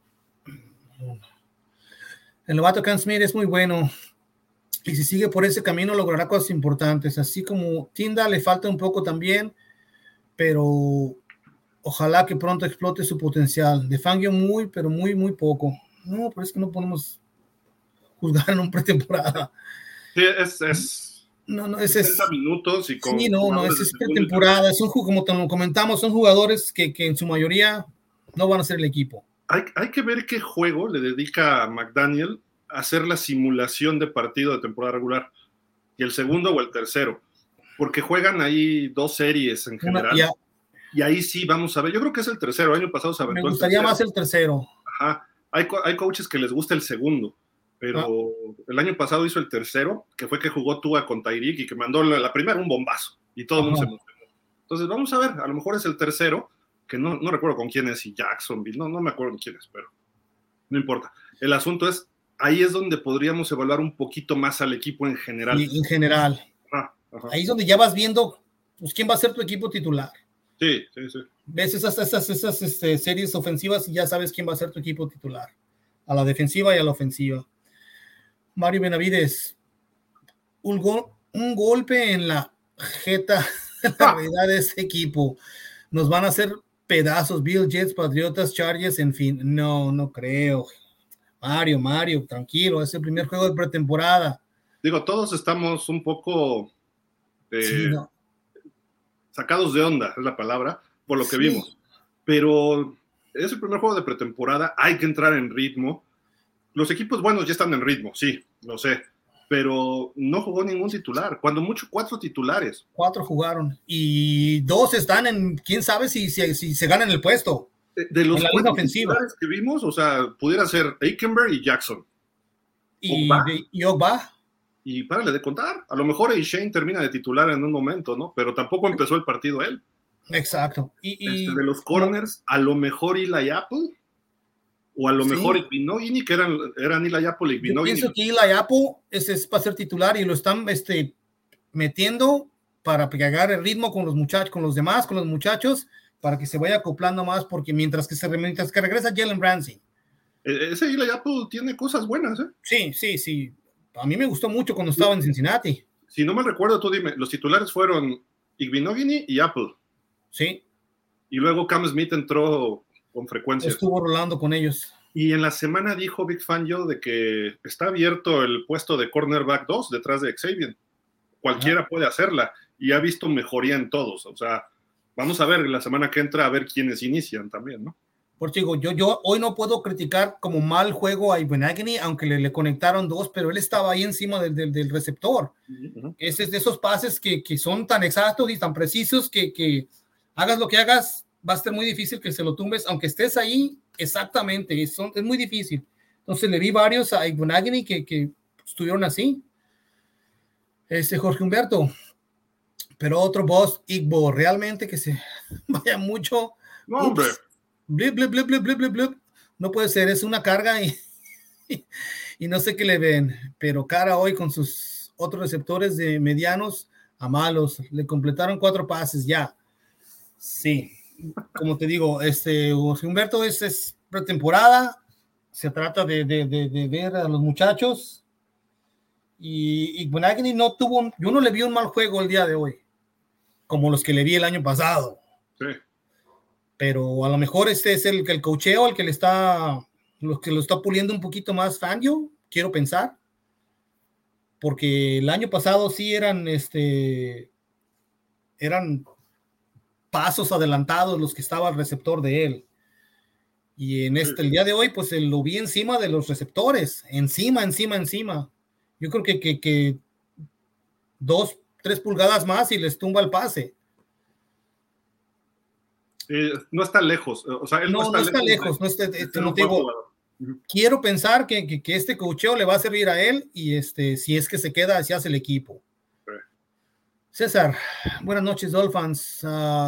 El novato Cam Smith es muy bueno y si sigue por ese camino logrará cosas importantes, así como Tinda le falta un poco también, pero ojalá que pronto explote su potencial. De Fangio pero muy poco. No, pero es que no podemos juzgar en un pretemporada. Sí, es 60 minutos y con... Sí, es pretemporada, como te lo comentamos, son jugadores que en su mayoría no van a ser el equipo. Hay que ver qué juego le dedica a McDaniel a hacer la simulación de partido de temporada regular, y el segundo o el tercero, porque juegan ahí 2 series en general, y ahí sí vamos a ver. Yo creo que es el tercero, el año pasado se aventó. Me gustaría más el tercero. Ajá, hay coaches que les gusta el segundo, pero el año pasado hizo el tercero, que fue que jugó Tua con Tyreek y que mandó la primera un bombazo, y todo el mundo se emocionó. Entonces vamos a ver, a lo mejor es el tercero, que no recuerdo con quién es, y Jacksonville, no me acuerdo con quién es, pero no importa. El asunto es, ahí es donde podríamos evaluar un poquito más al equipo en general. Sí, en general. Ajá. Ahí es donde ya vas viendo, pues, quién va a ser tu equipo titular. Sí. Ves esas series ofensivas y ya sabes quién va a ser tu equipo titular. A la defensiva y a la ofensiva. Mario Benavides, un golpe en la jeta de la realidad de ese equipo. Nos van a hacer pedazos, Bill, Jets, Patriotas, Chargers, en fin, no creo. Mario, tranquilo, es el primer juego de pretemporada. Digo, todos estamos un poco sacados de onda, es la palabra, por lo que vimos. Pero es el primer juego de pretemporada, hay que entrar en ritmo. Los equipos buenos ya están en ritmo, sí, lo sé, pero no jugó ningún titular, cuando mucho 4 titulares. 4 jugaron y 2 están en, quién sabe si se ganan el puesto. De los 4 titulares que vimos, o sea, pudiera ser Aikenberg y Jackson. Y Ogba. Y párale de contar, a lo mejor Shane termina de titular en un momento, ¿no? Pero tampoco empezó el partido él. Exacto. De los corners, a lo mejor Eli Apple, o a lo mejor Igbinoghini, que eran Eli Apple y Igbinoghini. Yo pienso que Eli Apple es para ser titular y lo están metiendo para que agarre el ritmo con los muchachos, para que se vaya acoplando más, porque mientras que regresa Jalen Ramsey. Ese Eli Apple tiene cosas buenas, ¿eh? Sí. A mí me gustó mucho cuando estaba en Cincinnati. Si no me recuerdo, tú dime, los titulares fueron Igbinoghene y Apple. Sí. Y luego Cam Smith entró con frecuencia. Estuvo rolando con ellos. Y en la semana dijo Big Fangio de que está abierto el puesto de cornerback 2 detrás de Xavier. Cualquiera puede hacerla y ha visto mejoría en todos. O sea, vamos a ver la semana que entra a ver quiénes inician también, ¿no? Por chico, yo hoy no puedo criticar como mal juego a Igbinoghene, aunque le conectaron 2, pero él estaba ahí encima del receptor. Uh-huh. Ese es de esos pases que son tan exactos y tan precisos que hagas lo que hagas, va a ser muy difícil que se lo tumbes, aunque estés ahí exactamente, es muy difícil. Entonces le vi varios a Igbinoghene que estuvieron así. Jorge Humberto, pero otro boss, Igbo, realmente que se vaya mucho. No, hombre. Blip, blip, blip, blip, blip, blip, blip. No puede ser, es una carga y no sé qué le ven, pero cara hoy con sus otros receptores de medianos a malos, le completaron 4 pases ya. Sí, como te digo, Humberto es pretemporada, se trata de ver a los muchachos y Igbinoghene yo no le vi un mal juego el día de hoy, como los que le vi el año pasado. Sí. Pero a lo mejor es el coacheo el que lo está puliendo un poquito más Fangio, quiero pensar, porque el año pasado sí eran pasos adelantados los que estaba el receptor de él, y el día de hoy pues lo vi encima de los receptores, encima, yo creo que 2-3 pulgadas más y les tumba el pase. No está lejos, o sea, él no está lejos, no te digo, quiero pensar que este coacheo le va a servir a él y si es que se queda, si hace el equipo. Sí. César, buenas noches, Dolphins.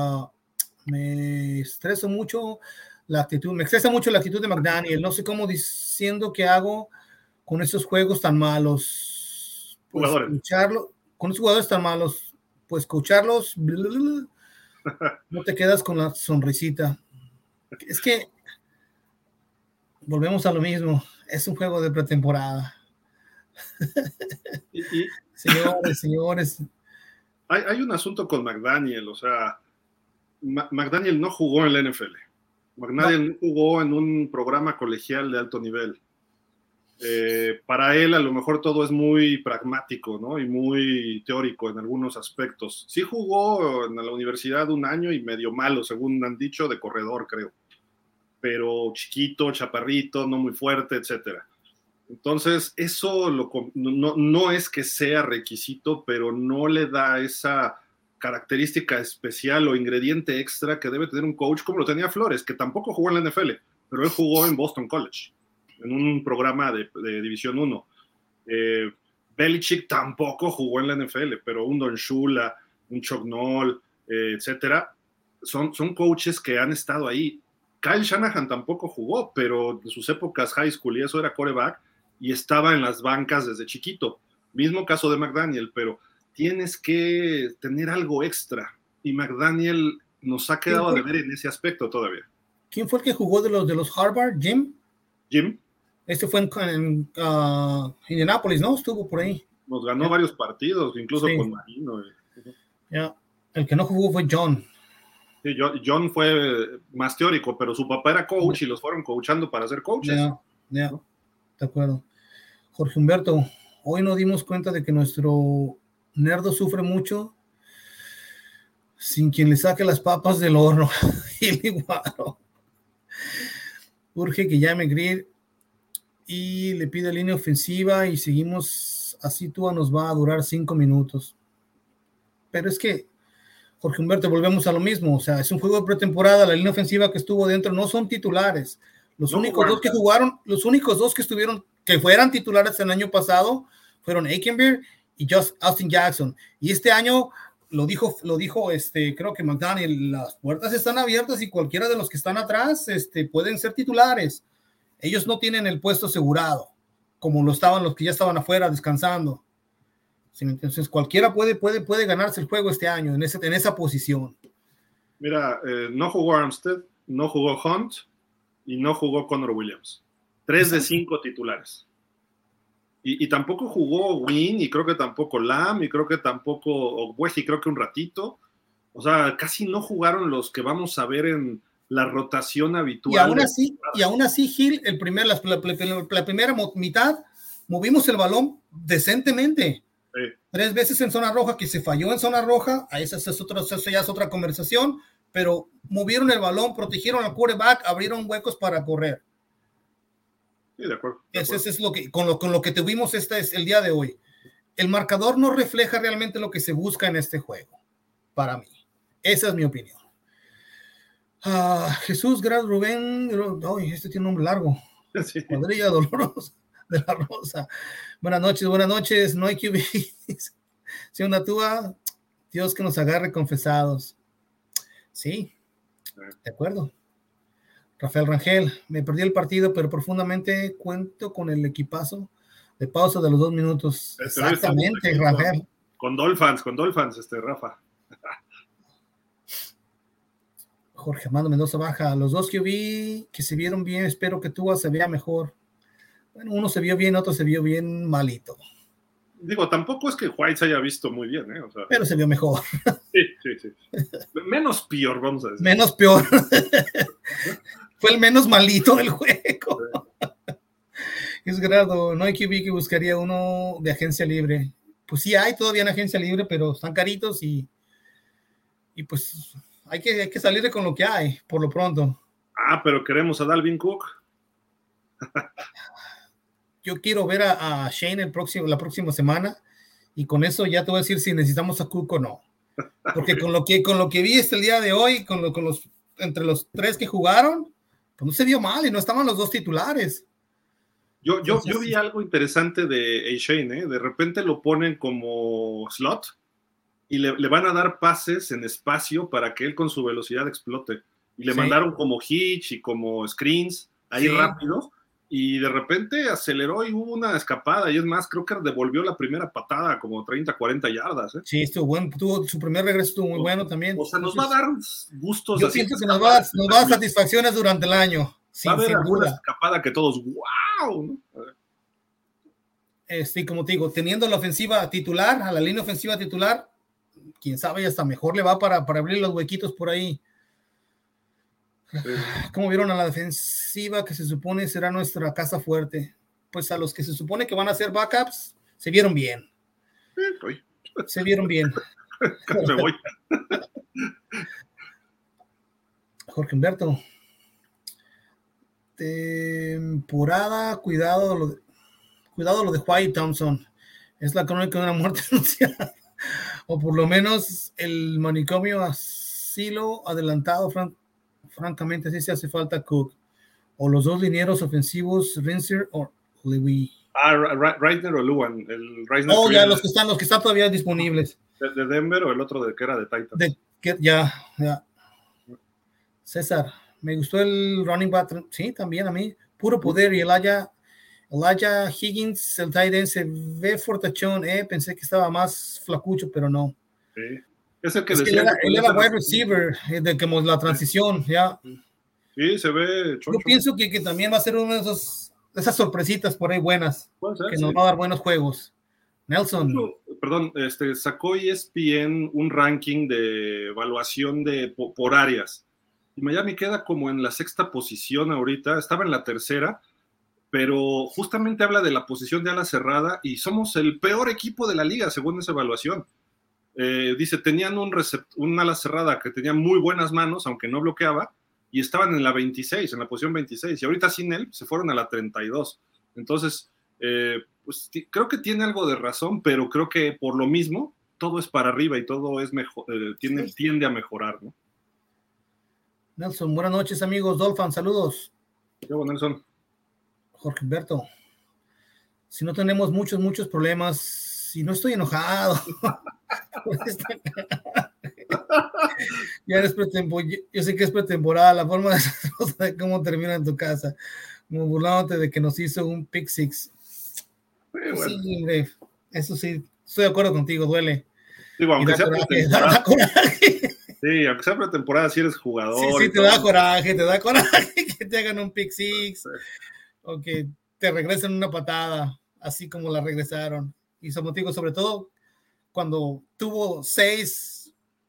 Me estresa mucho la actitud de McDaniel. No sé cómo diciendo qué hago con esos juegos tan malos. Pues con esos jugadores tan malos, pues coacharlos, no te quedas con la sonrisita. Es que volvemos a lo mismo, es un juego de pretemporada. Señores. Hay un asunto con McDaniel, o sea, McDaniel no jugó en la NFL. McDaniel no jugó en un programa colegial de alto nivel. Para él a lo mejor todo es muy pragmático, ¿no? Y muy teórico en algunos aspectos. Sí jugó en la universidad 1 año y medio malo, según han dicho, de corredor, creo. Pero chiquito, chaparrito, no muy fuerte, etcétera. Entonces, eso no es que sea requisito, pero no le da esa característica especial o ingrediente extra que debe tener un coach como lo tenía Flores, que tampoco jugó en la NFL, pero él jugó en Boston College, en un programa de División 1. Belichick tampoco jugó en la NFL, pero un Don Shula, un Chuck Noll, etcétera, son coaches que han estado ahí. Kyle Shanahan tampoco jugó, pero en sus épocas high school y eso era quarterback y estaba en las bancas desde chiquito. Mismo caso de McDaniel, pero tienes que tener algo extra y McDaniel nos ha quedado a deber en ese aspecto todavía. ¿Quién fue el que jugó de los Harvard? ¿Jim? Este fue en Indianapolis, ¿no? Estuvo por ahí. Nos ganó varios partidos, incluso con Marino. El que no jugó fue John. Sí, John fue más teórico, pero su papá era coach y los fueron coachando para ser coaches. ¿No? De acuerdo. Jorge Humberto, hoy nos dimos cuenta de que nuestro nerdo sufre mucho sin quien le saque las papas del horno. Y el igualo. Urge que llame Greer y le pide línea ofensiva y seguimos así. Tua nos va a durar 5 minutos. Pero es que Jorge Humberto, volvemos a lo mismo, o sea, es un juego de pretemporada, la línea ofensiva que estuvo dentro no son titulares. Los únicos dos que estuvieron, que fueran titulares el año pasado, fueron Eichenberg y Austin Jackson. Y este año lo dijo, creo que McDaniel, las puertas están abiertas y cualquiera de los que están atrás, pueden ser titulares. Ellos no tienen el puesto asegurado, como lo estaban los que ya estaban afuera descansando. Entonces cualquiera puede ganarse el juego este año en esa posición. Mira, no jugó Armstead, no jugó Hunt y no jugó Connor Williams. 3 de 5 titulares. Y tampoco jugó Wynn, y creo que tampoco Lamb, y creo que tampoco Ogweji, creo que un ratito. O sea, casi no jugaron los que vamos a ver en la rotación habitual. Y aún así Gil, la primera mitad, movimos el balón decentemente. Sí. 3 veces en zona roja, que se falló en zona roja, eso ya es otra conversación, pero movieron el balón, protegieron al quarterback, abrieron huecos para correr. Sí, de acuerdo. Eso es lo que, con lo que tuvimos el día de hoy. El marcador no refleja realmente lo que se busca en este juego, para mí. Esa es mi opinión. Jesús Gran Rubén, este tiene un nombre largo. Sí. Cuadrilla Dolorosa de la Rosa. Buenas noches, no hay QB. Si una túa, Dios que nos agarre confesados. Sí, de acuerdo. Rafael Rangel, me perdí el partido, pero profundamente cuento con el equipazo de pausa de los 2 minutos. Exactamente, Rafael. Con Dolphins, Rafa. Jorge Armando Mendoza baja. Los dos que vi que se vieron bien, espero que Tua se vea mejor. Bueno, uno se vio bien, otro se vio bien malito. Digo, tampoco es que White se haya visto muy bien, ¿eh? O sea, pero se vio mejor. Sí. Menos peor, vamos a decir. Menos peor. Fue el menos malito del juego. Sí. Es grado, no hay QB que buscaría uno de agencia libre. Pues sí hay todavía en agencia libre, pero están caritos y pues hay que salir con lo que hay, por lo pronto. Pero queremos a Dalvin Cook. Yo quiero ver a Shane la próxima semana y con eso ya te voy a decir si necesitamos a Cook o no. Porque con lo que vi el día de hoy, entre los 3 que jugaron, pues no se vio mal y no estaban los 2 titulares. Yo vi algo interesante de Shane, ¿eh? De repente lo ponen como slot y le van a dar pases en espacio para que él con su velocidad explote. Y le mandaron como hitch y como screens ahí rápidos. Y de repente aceleró y hubo una escapada, y es más, creo que devolvió la primera patada como 30, 40 yardas. Sí, estuvo bueno, su primer regreso estuvo muy bueno también. O sea, nos va a dar gustos. Yo pienso que nos va a dar satisfacciones durante el año. Va a haber alguna escapada que todos, ¡wow! ¿no? Como te digo, teniendo la ofensiva titular, a la línea ofensiva titular, quién sabe, hasta mejor le va para abrir los huequitos por ahí. ¿Cómo vieron a la defensiva que se supone será nuestra casa fuerte? Pues a los que se supone que van a ser backups, se vieron bien. Se vieron bien. Me voy. Jorge Humberto. Temporada, cuidado lo de White Thompson. Es la crónica de una muerte anunciada. O por lo menos el manicomio asilo adelantado, francamente, sí se hace falta Cook. O los 2 linieros ofensivos, Rinser o Lewy. Reisner o Luan. Ya los que están todavía disponibles. ¿De Denver o el otro que era de Titans? Ya. César, me gustó el running back. Sí, también a mí. Puro poder. Y Elijah Higgins, el tight end, se ve fortachón. Pensé que estaba más flacucho, pero no. Sí. Es el que él era wide receiver, de como la transición, ya. Sí, se ve chocho. Yo pienso que también va a ser uno de esas sorpresitas por ahí buenas, que nos va a dar buenos juegos. Nelson. Perdón, sacó ESPN un ranking de evaluación por áreas. Y Miami queda como en la 6ª posición ahorita, estaba en la 3ª, pero justamente habla de la posición de ala cerrada y somos el peor equipo de la liga según esa evaluación. Dice, tenían un ala cerrada que tenía muy buenas manos, aunque no bloqueaba, y estaban en la 26, en la posición 26, y ahorita sin él se fueron a la 32. Entonces, pues creo que tiene algo de razón, pero creo que por lo mismo, todo es para arriba y todo es mejor, tiende a mejorar, ¿no? Nelson, buenas noches, amigos. Dolphins, saludos. ¿Qué bueno, Nelson? Jorge Humberto. Si no tenemos muchos problemas, si no estoy enojado. Ya eres yo sé que es pretemporada, la forma de cómo termina en tu casa, como burlándote de que nos hizo un pick six. Bueno. Sí, hombre, eso sí, estoy de acuerdo contigo, duele. Digo, aunque sea pretemporada. Sí, aunque sea pretemporada, si eres jugador. Sí, te da coraje que te hagan un pick six, o que te regresen una patada, así como la regresaron. Y sobre todo cuando tuvo 6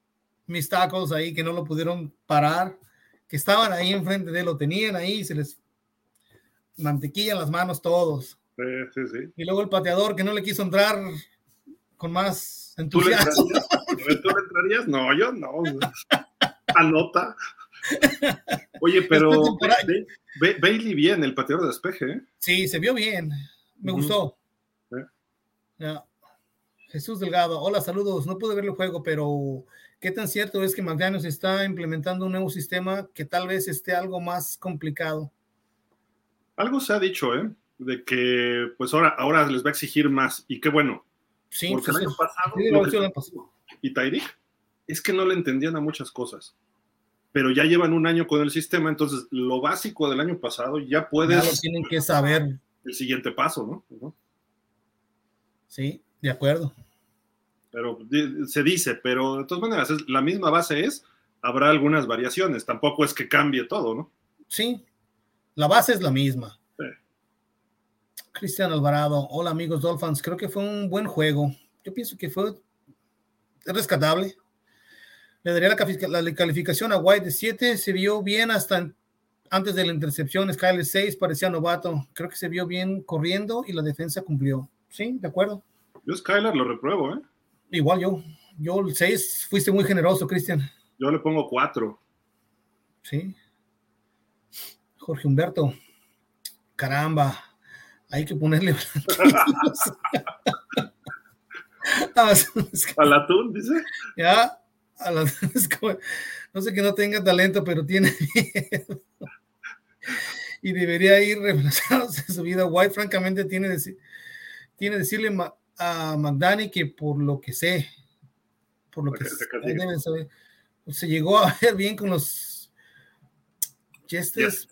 mis tacos ahí que no lo pudieron parar, que estaban ahí enfrente de él, lo tenían ahí y se les mantequilla en las manos todos. Sí. Y luego el pateador que no le quiso entrar con más entusiasmo. ¿Tú le entrarías? No, yo no. Anota. Oye, pero Bailey bien, el pateador de despeje, ¿eh? Sí, se vio bien. Me gustó. Ya. Jesús Delgado, hola, saludos. No pude ver el juego, pero ¿qué tan cierto es que McDaniels está implementando un nuevo sistema que tal vez esté algo más complicado? Algo se ha dicho, de que pues ahora les va a exigir más, y qué bueno. Sí, porque pues el año pasado, y Tyreek, es que no le entendían a muchas cosas, pero ya llevan un año con el sistema, entonces lo básico del año pasado ya puedes... Ya lo tienen que saber. El siguiente paso, ¿no? Sí, de acuerdo. Pero se dice, pero de todas maneras, la misma base habrá algunas variaciones, tampoco es que cambie todo, ¿no? Sí, la base es la misma. Sí. Cristian Alvarado, hola amigos Dolphins, creo que fue un buen juego. Yo pienso que fue rescatable. Le daría la calificación a White de 7, se vio bien hasta antes de la intercepción. Skyler 6, parecía novato. Creo que se vio bien corriendo y la defensa cumplió. Sí, de acuerdo. Yo Skyler lo repruebo, ¿eh? Igual yo el 6, fuiste muy generoso, Cristian. Yo le pongo 4. Sí. Jorge Humberto, caramba, hay que ponerle al atún, dice. Ya, no sé que no tenga talento, pero tiene miedo. Y debería ir reemplazándose su vida. White, francamente, tiene decirle a McDaniel que por lo que sé, por lo que deben saber, se llegó a ver bien con los Jets,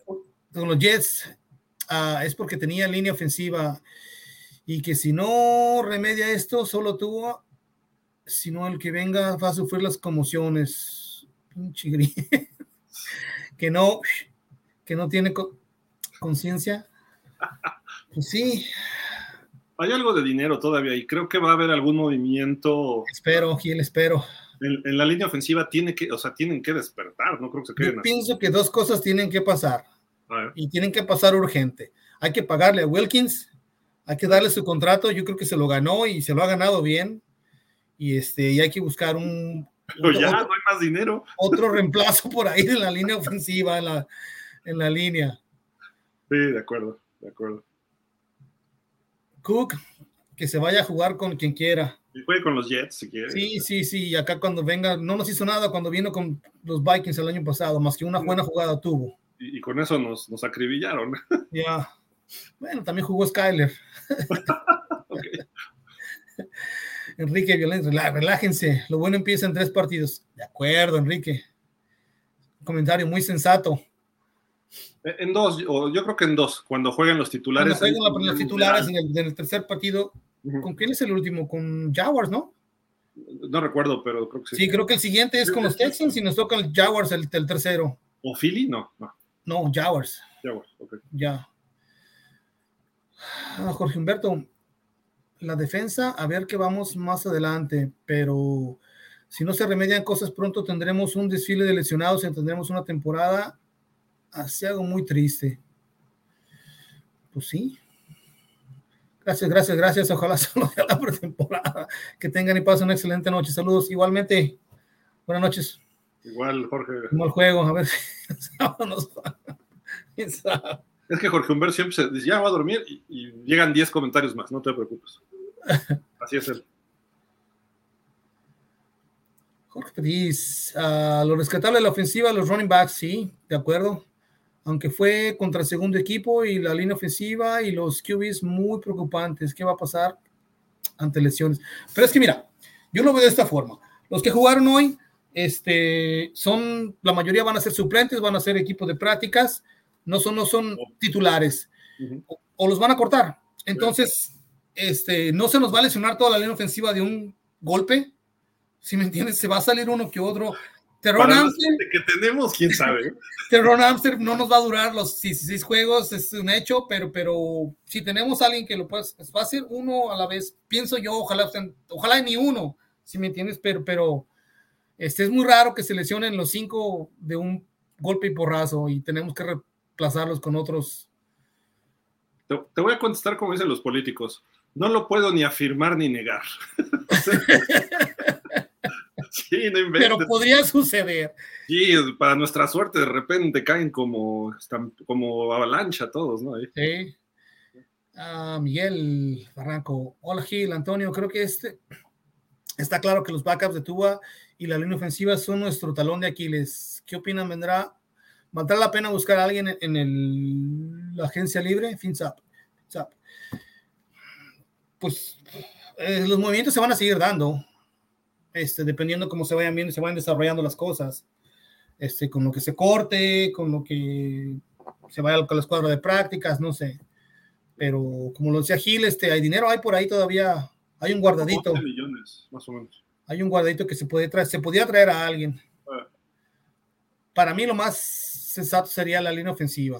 es porque tenía línea ofensiva y que si no remedia esto, solo tuvo, sino el que venga va a sufrir las conmociones. Pinche gris. que no tiene conciencia. Pues sí. Hay algo de dinero todavía y creo que va a haber algún movimiento. Espero, Gil, espero. En la línea ofensiva tienen que despertar, no creo que se queden. Yo pienso que dos cosas tienen que pasar y tienen que pasar urgente. Hay que pagarle a Wilkins, hay que darle su contrato, yo creo que se lo ganó y se lo ha ganado bien y hay que buscar pero ya no hay más dinero. Otro reemplazo por ahí en la línea ofensiva, en la línea. Sí, de acuerdo. Cook, que se vaya a jugar con quien quiera. Y juegue con los Jets si quiere. Sí. Y acá cuando venga, no nos hizo nada cuando vino con los Vikings el año pasado, más que una buena jugada tuvo. Y con eso nos acribillaron. Ya. Bueno, también jugó Skyler. Okay. Enrique Violencia, relájense. Lo bueno empieza en 3 partidos. De acuerdo, Enrique. Comentario muy sensato. En 2, yo creo que en 2, cuando jueguen los titulares. Cuando jueguen los titulares en el tercer partido. ¿Con quién es el último? Con Jaguars, ¿no? No recuerdo, pero creo que sí. Sí, creo que el siguiente es con los Texans y nos toca el Jaguars el tercero. ¿O Philly? No, Jaguars. Ok. Ya. Jorge Humberto, la defensa, a ver qué vamos más adelante, pero si no se remedian cosas pronto tendremos un desfile de lesionados y tendremos una temporada hacia algo muy triste. Pues sí. Gracias. Ojalá solo sea la pretemporada. Que tengan y pasen una excelente noche. Saludos. Igualmente. Buenas noches. Igual, Jorge. Como el juego. A ver si Es que Jorge Humberto siempre se dice, ya va a dormir y llegan 10 comentarios más. No te preocupes. Así es él. Jorge Pérez, lo rescatable de la ofensiva, los running backs, sí, de acuerdo. Aunque fue contra el segundo equipo y la línea ofensiva y los QBs muy preocupantes. ¿Qué va a pasar ante lesiones? Pero es que mira, yo lo veo de esta forma. Los que jugaron hoy, la mayoría van a ser suplentes, van a ser equipos de prácticas, no son titulares. O los van a cortar. Entonces, no se nos va a lesionar toda la línea ofensiva de un golpe. Si me entiendes, se va a salir uno que otro. Terron Armstead, que tenemos, quién sabe. Terron Armstead no nos va a durar los 16 juegos, es un hecho, pero si tenemos a alguien que lo puede, va a ser uno a la vez, pienso yo, ojalá ni uno, si me entiendes, pero Es muy raro que se lesionen los 5 de un golpe y porrazo y tenemos que reemplazarlos con otros. Te voy a contestar como dicen los políticos. No lo puedo ni afirmar ni negar. Sí, no inventes. Pero podría suceder. Sí, para nuestra suerte de repente caen como avalancha todos, ¿no? Ahí. Sí. Miguel Barranco. Hola Gil, Antonio, creo que está claro que los backups de Tua y la línea ofensiva son nuestro talón de Aquiles. ¿Qué opinan? ¿Valdrá la pena buscar a alguien en la agencia libre? FinSap. Pues los movimientos se van a seguir dando, dependiendo cómo se vayan viendo, se vayan desarrollando las cosas, con lo que se corte, con lo que se vaya con la escuadra de prácticas, no sé. Pero como lo decía Gil, hay dinero, hay por ahí todavía, hay un guardadito. 11 millones, más o menos. Hay un guardadito que se podía traer a alguien. Para mí lo más sensato sería la línea ofensiva.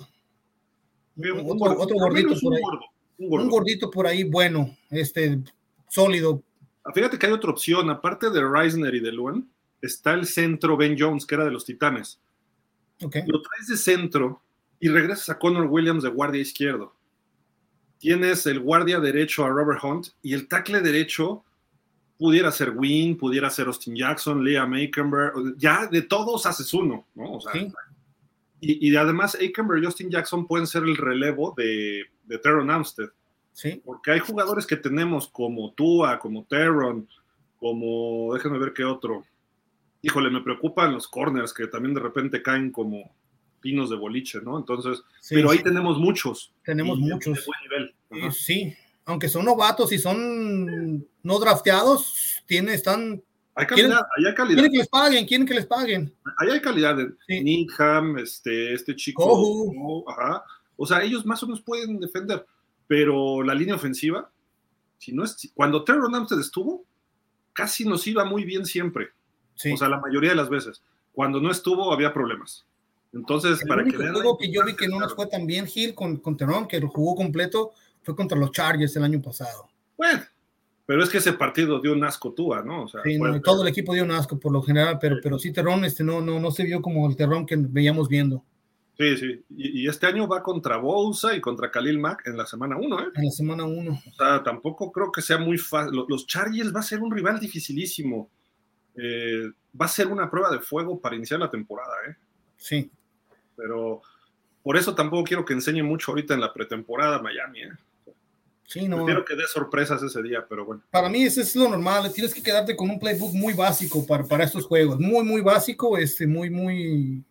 Otro gordito por ahí. Un gordito por ahí bueno, sólido. Fíjate que hay otra opción, aparte de Reisner y de Luen, está el centro Ben Jones, que era de los Titanes. Okay. Lo traes de centro y regresas a Connor Williams de guardia izquierdo. Tienes el guardia derecho a Robert Hunt y el tackle derecho pudiera ser Wynn, pudiera ser Austin Jackson, Liam Eikenberg, ya de todos haces uno, ¿no? O sea, sí. y además Eikenberg y Austin Jackson pueden ser el relevo de Terron Armstead. Sí. Porque hay jugadores que tenemos como Tua, como Terron, como, déjenme ver qué otro. Híjole, me preocupan los corners que también de repente caen como pinos de boliche, ¿no? Entonces, sí, pero ahí tenemos muchos. Tenemos muchos. De buen nivel. Sí, aunque son novatos y son no drafteados, están... Hay calidad, ahí hay calidad. Quieren que les paguen. Ahí hay calidad. Sí. Needham, este chico. Ajá. O sea, ellos más o menos pueden defender, pero la línea ofensiva, cuando Terron Armstead estuvo, casi nos iba muy bien siempre. Sí. O sea, la mayoría de las veces. Cuando no estuvo, había problemas. Entonces, el único juego que yo vi que no nos fue tan bien, Gil, con Terron, que lo jugó completo, fue contra los Chargers el año pasado. Bueno, pero es que ese partido dio un asco Tua, ¿no? O sea, sí, no, todo el equipo dio un asco por lo general, pero sí Terron no se vio como el Terron que veíamos viendo. Sí. Y este año va contra Bosa y contra Khalil Mack en la semana 1, ¿eh? En la semana 1. O sea, tampoco creo que sea muy fácil. Los Chargers va a ser un rival dificilísimo. Va a ser una prueba de fuego para iniciar la temporada, ¿eh? Sí. Pero por eso tampoco quiero que enseñe mucho ahorita en la pretemporada Miami, ¿eh? Sí, no. Prefiero que dé sorpresas ese día, pero bueno. Para mí ese es lo normal. Tienes que quedarte con un playbook muy básico para estos juegos. Muy básico, muy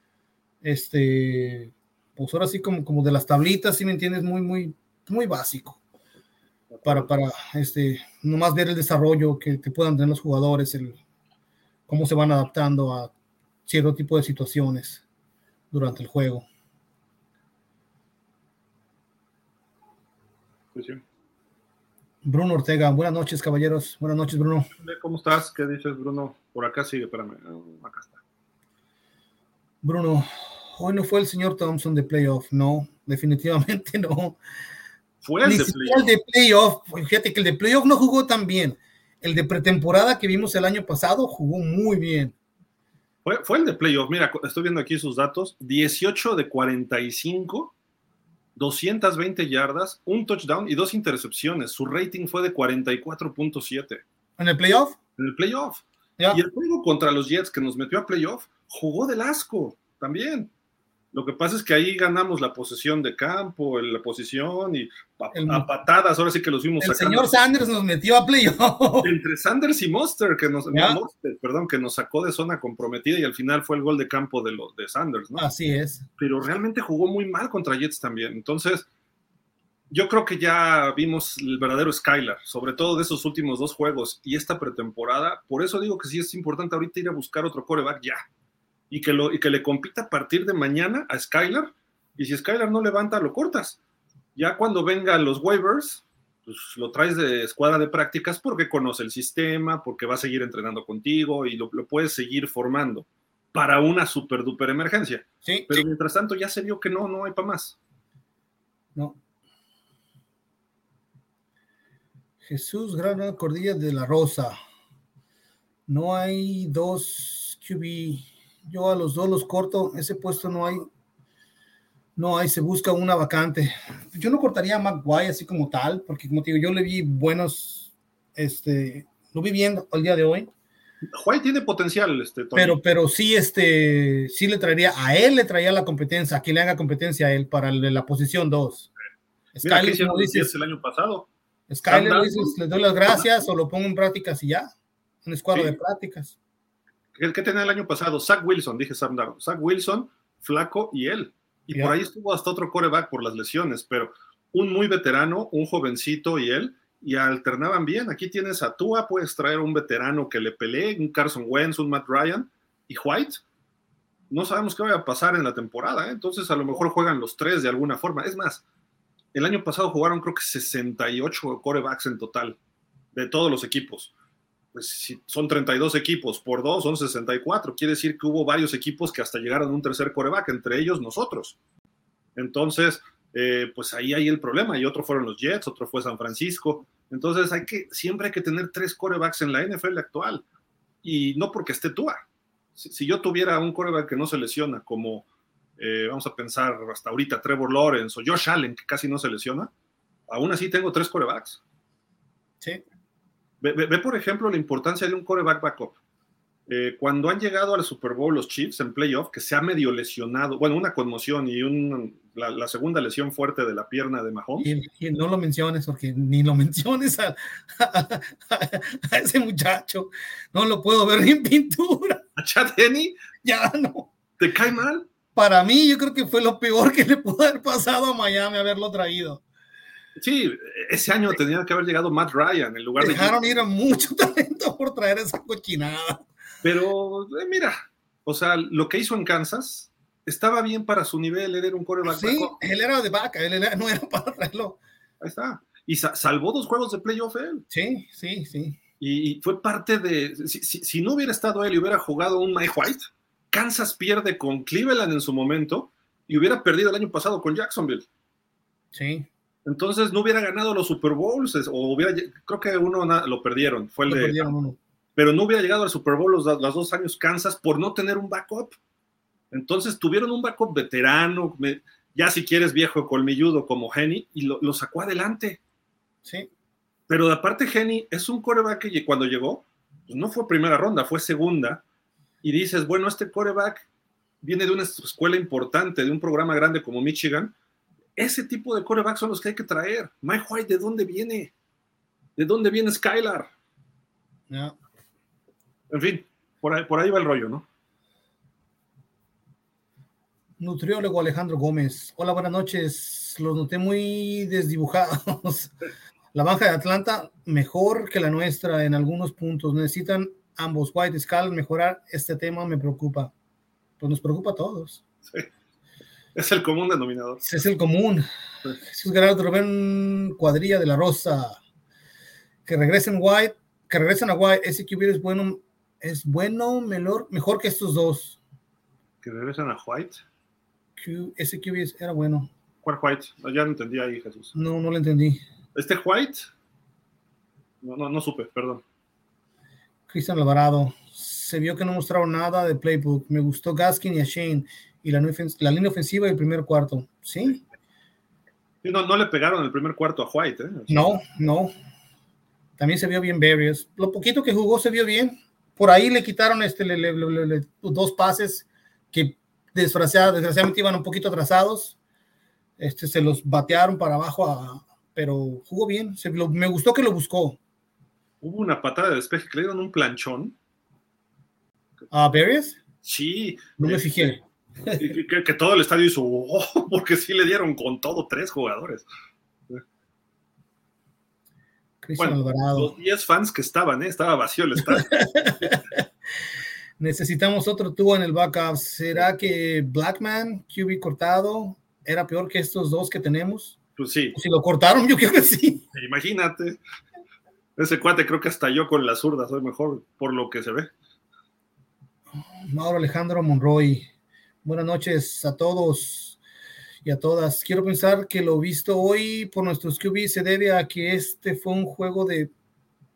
pues ahora sí como de las tablitas, ¿sí me entiendes? Muy básico. Para nomás ver el desarrollo que puedan tener los jugadores, cómo se van adaptando a cierto tipo de situaciones durante el juego. Sí. Bruno Ortega, buenas noches, caballeros. Buenas noches, Bruno. ¿Cómo estás? ¿Qué dices, Bruno? Por acá sigue, espérame. Acá está. Bruno, hoy no fue el señor Thompson de playoff. No, definitivamente no. Fue el de playoff. Fíjate que el de playoff no jugó tan bien. El de pretemporada que vimos el año pasado jugó muy bien. Fue el de playoff. Mira, estoy viendo aquí sus datos. 18 de 45, 220 yardas, un touchdown y 2 intercepciones. Su rating fue de 44.7. ¿En el playoff? En el playoff. Yeah. Y el juego contra los Jets que nos metió a playoff, jugó del asco también. Lo que pasa es que ahí ganamos la posesión de campo, la posición y a patadas, ahora sí que los vimos sacando. El señor Sanders nos metió a playoff. Entre Sanders y Monster, que nos sacó de zona comprometida y al final fue el gol de campo de Sanders, ¿no? Así es. Pero realmente jugó muy mal contra Jets también. Entonces, yo creo que ya vimos el verdadero Skylar, sobre todo de esos últimos 2 juegos y esta pretemporada. Por eso digo que sí es importante ahorita ir a buscar otro quarterback ya. Y que le compita a partir de mañana a Skylar, y si Skylar no levanta, lo cortas. Ya cuando vengan los waivers, pues lo traes de escuadra de prácticas porque conoce el sistema, porque va a seguir entrenando contigo y lo puedes seguir formando para una super duper emergencia. Sí, pero mientras tanto ya se vio que no hay para más. No. Jesús Grana Cordilla de la Rosa. No hay dos QB. Yo a los dos los corto. Ese puesto no hay. No hay, se busca una vacante. Yo no cortaría a McGuire así como tal, porque como te digo, yo le vi buenos, lo vi bien al día de hoy. White tiene potencial, Tony. Pero sí, sí le traía la competencia, a quien le haga competencia a él para la posición 2. Mira, ¿qué hicieron los Jets el año pasado? Skyler, le doy las gracias o lo pongo en prácticas y ya, un escuadro de prácticas. ¿Qué tenía el año pasado? Zach Wilson, dije Sam Darnold. Zach Wilson, Flaco y él. Y por ahí estuvo hasta otro quarterback por las lesiones, pero un muy veterano, un jovencito y él, y alternaban bien. Aquí tienes a Tua, puedes traer un veterano que le pelee, un Carson Wentz, un Matt Ryan, y White. No sabemos qué va a pasar en la temporada, ¿eh? Entonces a lo mejor juegan los tres de alguna forma. Es más, el año pasado jugaron creo que 68 quarterbacks en total, de todos los equipos. Pues si son 32 equipos por 2, son 64. Quiere decir que hubo varios equipos que hasta llegaron a un tercer quarterback, entre ellos nosotros. Entonces, pues ahí hay el problema. Y otro fueron los Jets, otro fue San Francisco. Entonces siempre hay que tener 3 quarterbacks en la NFL actual. Y no porque esté Tua. Si yo tuviera un quarterback que no se lesiona, como vamos a pensar hasta ahorita Trevor Lawrence o Josh Allen, que casi no se lesiona, aún así tengo 3 quarterbacks. Sí. Ve, por ejemplo, la importancia de un quarterback backup. Cuando han llegado al Super Bowl los Chiefs en playoff, que se ha medio lesionado, bueno, una conmoción y la segunda lesión fuerte de la pierna de Mahomes. Y no lo menciones, porque ni lo menciones a ese muchacho. No lo puedo ver ni en pintura. ¿A Chad Henne? Ya no. ¿Te cae mal? Para mí, yo creo que fue lo peor que le pudo haber pasado a Miami, haberlo traído. Sí, ese año tenía que haber llegado Matt Ryan en lugar Dejaron ir a mucho talento por traer esa cochinada. Pero, mira, o sea, lo que hizo en Kansas estaba bien para su nivel. Él era un quarterback. Sí, él era de vaca, no era para traerlo. Ahí está. Y salvó 2 juegos de playoff él. Sí. Y fue parte de... Si no hubiera estado él y hubiera jugado un Mike White, Kansas pierde con Cleveland en su momento y hubiera perdido el año pasado con Jacksonville. Sí. Entonces no hubiera ganado los Super Bowls, o creo que uno lo perdieron, perdieron uno. Pero no hubiera llegado al Super Bowl los 2 años Kansas por no tener un backup. Entonces tuvieron un backup veterano, ya si quieres viejo colmilludo como Henne, y lo sacó adelante. Sí. Pero aparte Henne es un quarterback que cuando llegó, pues no fue primera ronda, fue segunda, y dices, bueno, este quarterback viene de una escuela importante, de un programa grande como Michigan. Ese tipo de quarterbacks son los que hay que traer. Mike White, ¿de dónde viene? ¿De dónde viene Skylar? No. En fin, por ahí va el rollo, ¿no? Nutriólogo Alejandro Gómez. Hola, buenas noches. Los noté muy desdibujados. La baja de Atlanta, mejor que la nuestra en algunos puntos. Necesitan ambos, White y Skylar, mejorar. Este tema me preocupa. Pues nos preocupa a todos. Sí. Es el común denominador. Es el común. Sí. Jesús Gerardo Rubén Cuadrilla de la Rosa. Que regresen a White. Ese QB es bueno, mejor que estos dos. ¿Que regresen a White? Ese QB era bueno. ¿Cuál White? Ya no entendí ahí, Jesús. No lo entendí. ¿Este White? No supe, perdón. Cristian Alvarado. Se vio que no mostraron nada de playbook. Me gustó Gaskin y a Shane. Y la línea ofensiva y el primer cuarto. ¿Sí? Sí, no le pegaron el primer cuarto a White, ¿eh? No. También se vio bien Berrios. Lo poquito que jugó se vio bien. Por ahí le quitaron 2 pases que desgraciadamente iban un poquito atrasados. Se los batearon para abajo, pero jugó bien. Me gustó que lo buscó. Hubo una patada de despeje que le dieron un planchón. ¿A Berrios? Sí. No me fijé. Que todo el estadio hizo, porque sí le dieron con todo 3 jugadores. Cristian Alvarado. Los 10 fans que estaban, estaba vacío el estadio. Necesitamos otro tubo en el backup. ¿Será que Blackman, QB cortado, era peor que estos 2 que tenemos? Pues sí. Si lo cortaron, yo creo que sí. Imagínate. Ese cuate creo que hasta yo con la zurda soy mejor por lo que se ve. Mauro Alejandro Monroy. Buenas noches a todos y a todas. Quiero pensar que lo visto hoy por nuestros QB se debe a que fue un juego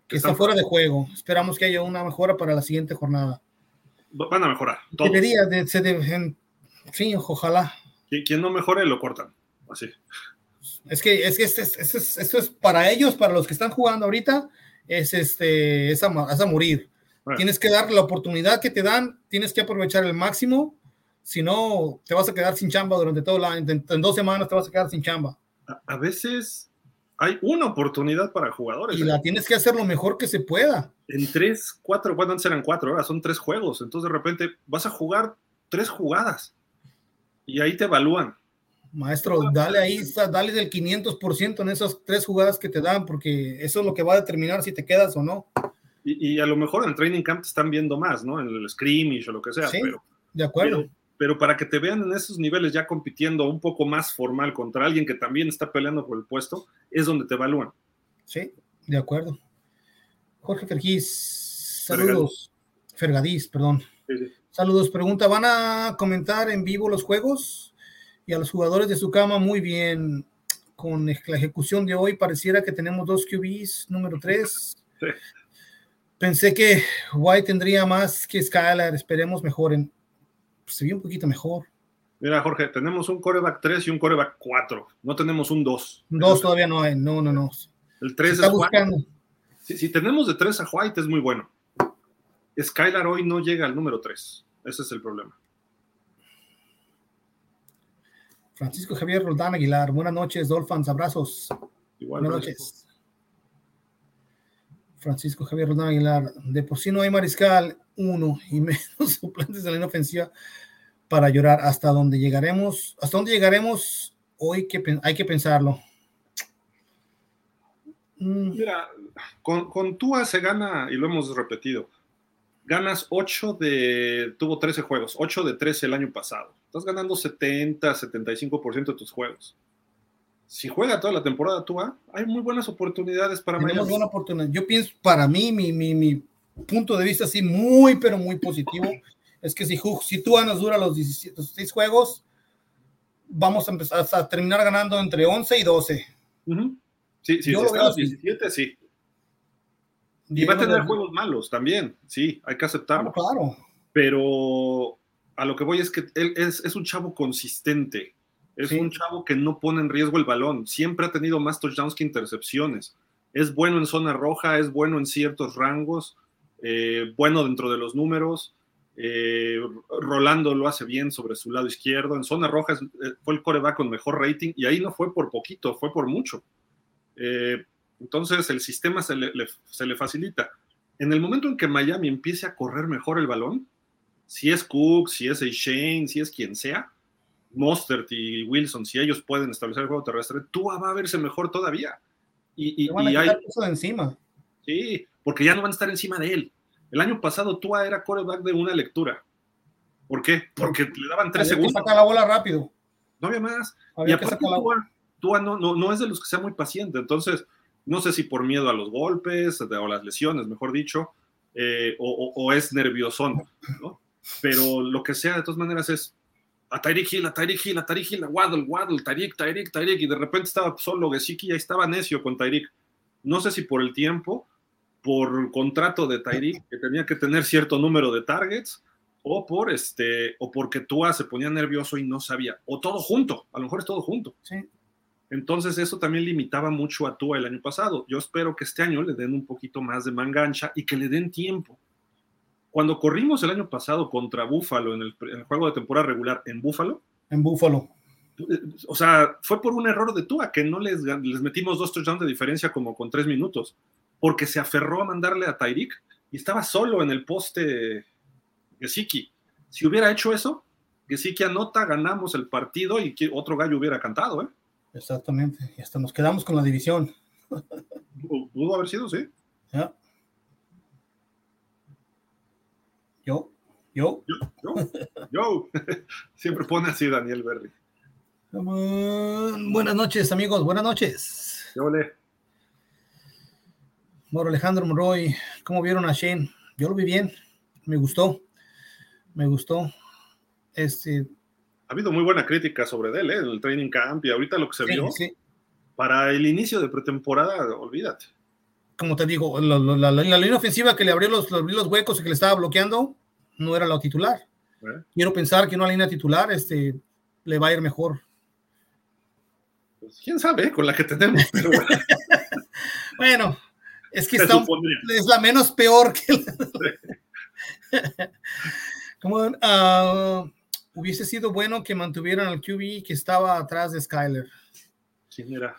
que está fuera de juego. Esperamos que haya una mejora para la siguiente jornada. Van a mejorar. Todos. Sí, ojalá. Quien no mejore, lo cortan. Así. Es que esto es para ellos, para los que están jugando ahorita, es a morir. Tienes que dar la oportunidad que te dan, tienes que aprovechar el máximo, si no, te vas a quedar sin chamba durante todo el año. En 2 semanas te vas a quedar sin chamba. A veces hay una oportunidad para jugadores. Y la tienes que hacer lo mejor que se pueda. En 3, 4, bueno, antes eran 4, ahora son 3 juegos. Entonces de repente vas a jugar 3 jugadas y ahí te evalúan. Maestro, dale del 500% en esas 3 jugadas que te dan, porque eso es lo que va a determinar si te quedas o no. Y a lo mejor en el training camp te están viendo más, ¿no? En el scrimmage o lo que sea. Sí, de acuerdo. Pero para que te vean en esos niveles ya compitiendo un poco más formal contra alguien que también está peleando por el puesto, es donde te evalúan. Sí, de acuerdo. Jorge Fergís, saludos. Fergadís, perdón. Sí. Saludos, pregunta, ¿van a comentar en vivo los juegos? Y a los jugadores de su cama, muy bien. Con la ejecución de hoy pareciera que tenemos 2 QBs, número 3. Sí. Pensé que White tendría más que Skylar, esperemos mejoren. Se vio un poquito mejor. Mira, Jorge, tenemos un quarterback 3 y un quarterback 4. No tenemos un 2. Un 2 todavía no hay. No. El 3 está buscando. Si tenemos de 3 a White es muy bueno. Skylar hoy no llega al número 3. Ese es el problema. Francisco Javier Roldán Aguilar. Buenas noches, Dolphins. Abrazos. Igual, buenas noches. Francisco Javier Roldán Aguilar. De por sí no hay mariscal 1 y menos suplentes de la línea ofensiva para llorar. ¿Hasta dónde llegaremos? Hoy hay que pensarlo. Mira, con Tua se gana, y lo hemos repetido, ganas 8 tuvo 13 juegos, 8 de 13 el año pasado. Estás ganando 70-75% de tus juegos. Si juega toda la temporada Tua, hay muy buenas oportunidades para Tenemos Miami. Buena oportunidad. Yo pienso, para mí, mi punto de vista así muy, pero muy positivo, es que si Tua nos dura los 16 juegos, vamos a empezar a terminar ganando entre 11 y 12. Uh-huh. Sí, yo lo veo así. 17, sí. Y va a tener juegos malos también, sí, hay que aceptarlo. Claro. Pero a lo que voy es que él es un chavo consistente. Es un chavo que no pone en riesgo el balón. Siempre ha tenido más touchdowns que intercepciones. Es bueno en zona roja, es bueno en ciertos rangos, bueno dentro de los números. Rolando lo hace bien sobre su lado izquierdo. En zona roja fue el quarterback con mejor rating y ahí no fue por poquito, fue por mucho. Entonces el sistema se le facilita. En el momento en que Miami empiece a correr mejor el balón, si es Cook, si es Shane, si es quien sea, Mostert y Wilson, si ellos pueden establecer el juego terrestre, Tua va a verse mejor todavía. Y van a quitar eso de encima. Sí, porque ya no van a estar encima de él. El año pasado Tua era quarterback de una lectura. ¿Por qué? Porque le daban 3 segundos. Que saca la bola rápido. No había más. Y aparte Tua no es de los que sea muy paciente. Entonces, no sé si por miedo a los golpes o las lesiones, mejor dicho, o es nerviosón, ¿no? Pero lo que sea, de todas maneras, es a Tyreek Hill, a Waddle, Tyreek, y de repente estaba solo Gesicki y ahí estaba necio con Tyreek. No sé si por el tiempo, por contrato de Tyreek, que tenía que tener cierto número de targets, o porque Tua se ponía nervioso y no sabía, o todo junto, a lo mejor es todo junto. Sí. Entonces eso también limitaba mucho a Tua el año pasado. Yo espero que este año le den un poquito más de manga ancha y que le den tiempo. Cuando corrimos el año pasado contra Buffalo en el juego de temporada regular en Buffalo, o sea, fue por un error de Tua que no les metimos 2 touchdowns de diferencia como con 3 minutos, porque se aferró a mandarle a Tyreek y estaba solo en el poste Gesicki. Si hubiera hecho eso, Gesicki anota, ganamos el partido y otro gallo hubiera cantado, ¿eh? Exactamente, y hasta nos quedamos con la división. Pudo haber sido, sí. ¿Ya? Yo. Siempre pone así Daniel Berry. Buenas noches, amigos, buenas noches. Ole. Mauro Alejandro Monroy, ¿cómo vieron a Shane? Yo lo vi bien, me gustó. Ha habido muy buena crítica sobre él, en el training camp y ahorita lo que se vio. Sí. Para el inicio de pretemporada, olvídate. como te digo, la línea ofensiva que le abrió los huecos y que le estaba bloqueando no era la titular. Quiero pensar que una línea titular le va a ir mejor. Pues, quién sabe, con la que tenemos, pero bueno. Bueno, es que es la menos peor que hubiese sido bueno que mantuvieran al QB que estaba atrás de Skyler. ¿Quién era?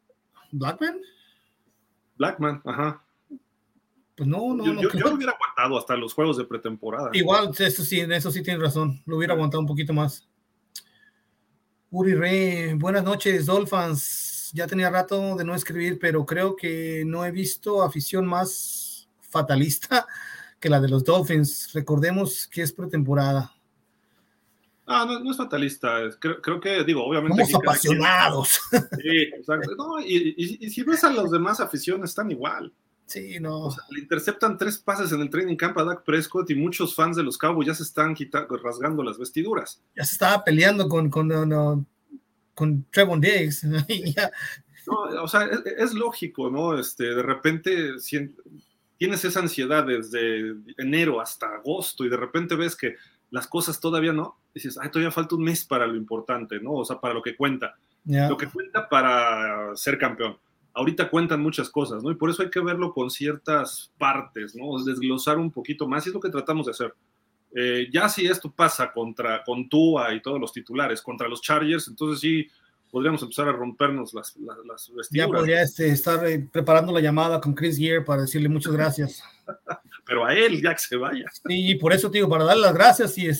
Blackman, ajá. Pues no. Yo lo hubiera aguantado hasta los juegos de pretemporada. Igual, eso sí tienes razón. Lo hubiera aguantado un poquito más. Uri Rey, buenas noches, Dolphins. Ya tenía rato de no escribir, pero creo que no he visto afición más fatalista que la de los Dolphins. Recordemos que es pretemporada. No es fatalista. Creo que, obviamente. Somos apasionados. Sí, exacto. No, y si ves a los demás aficiones, están igual. Sí, no. O sea, le interceptan 3 pases en el training camp a Dak Prescott y muchos fans de los Cowboys ya se están rasgando las vestiduras. Ya se estaba peleando con Trevon Diggs. No, o sea, es lógico, ¿no? De repente tienes esa ansiedad desde enero hasta agosto y de repente ves que las cosas todavía no, dices, todavía falta un mes para lo importante, ¿no? O sea, para lo que cuenta. Yeah. Lo que cuenta para ser campeón. Ahorita cuentan muchas cosas, ¿no? Y por eso hay que verlo con ciertas partes, ¿no? Desglosar un poquito más, y es lo que tratamos de hacer. Ya si esto pasa con Tua y todos los titulares, contra los Chargers, entonces sí podríamos empezar a rompernos las vestiduras. Ya podría estar preparando la llamada con Chris Gear para decirle muchas gracias. Pero a él ya que se vaya. Sí, por eso te digo, para darle las gracias y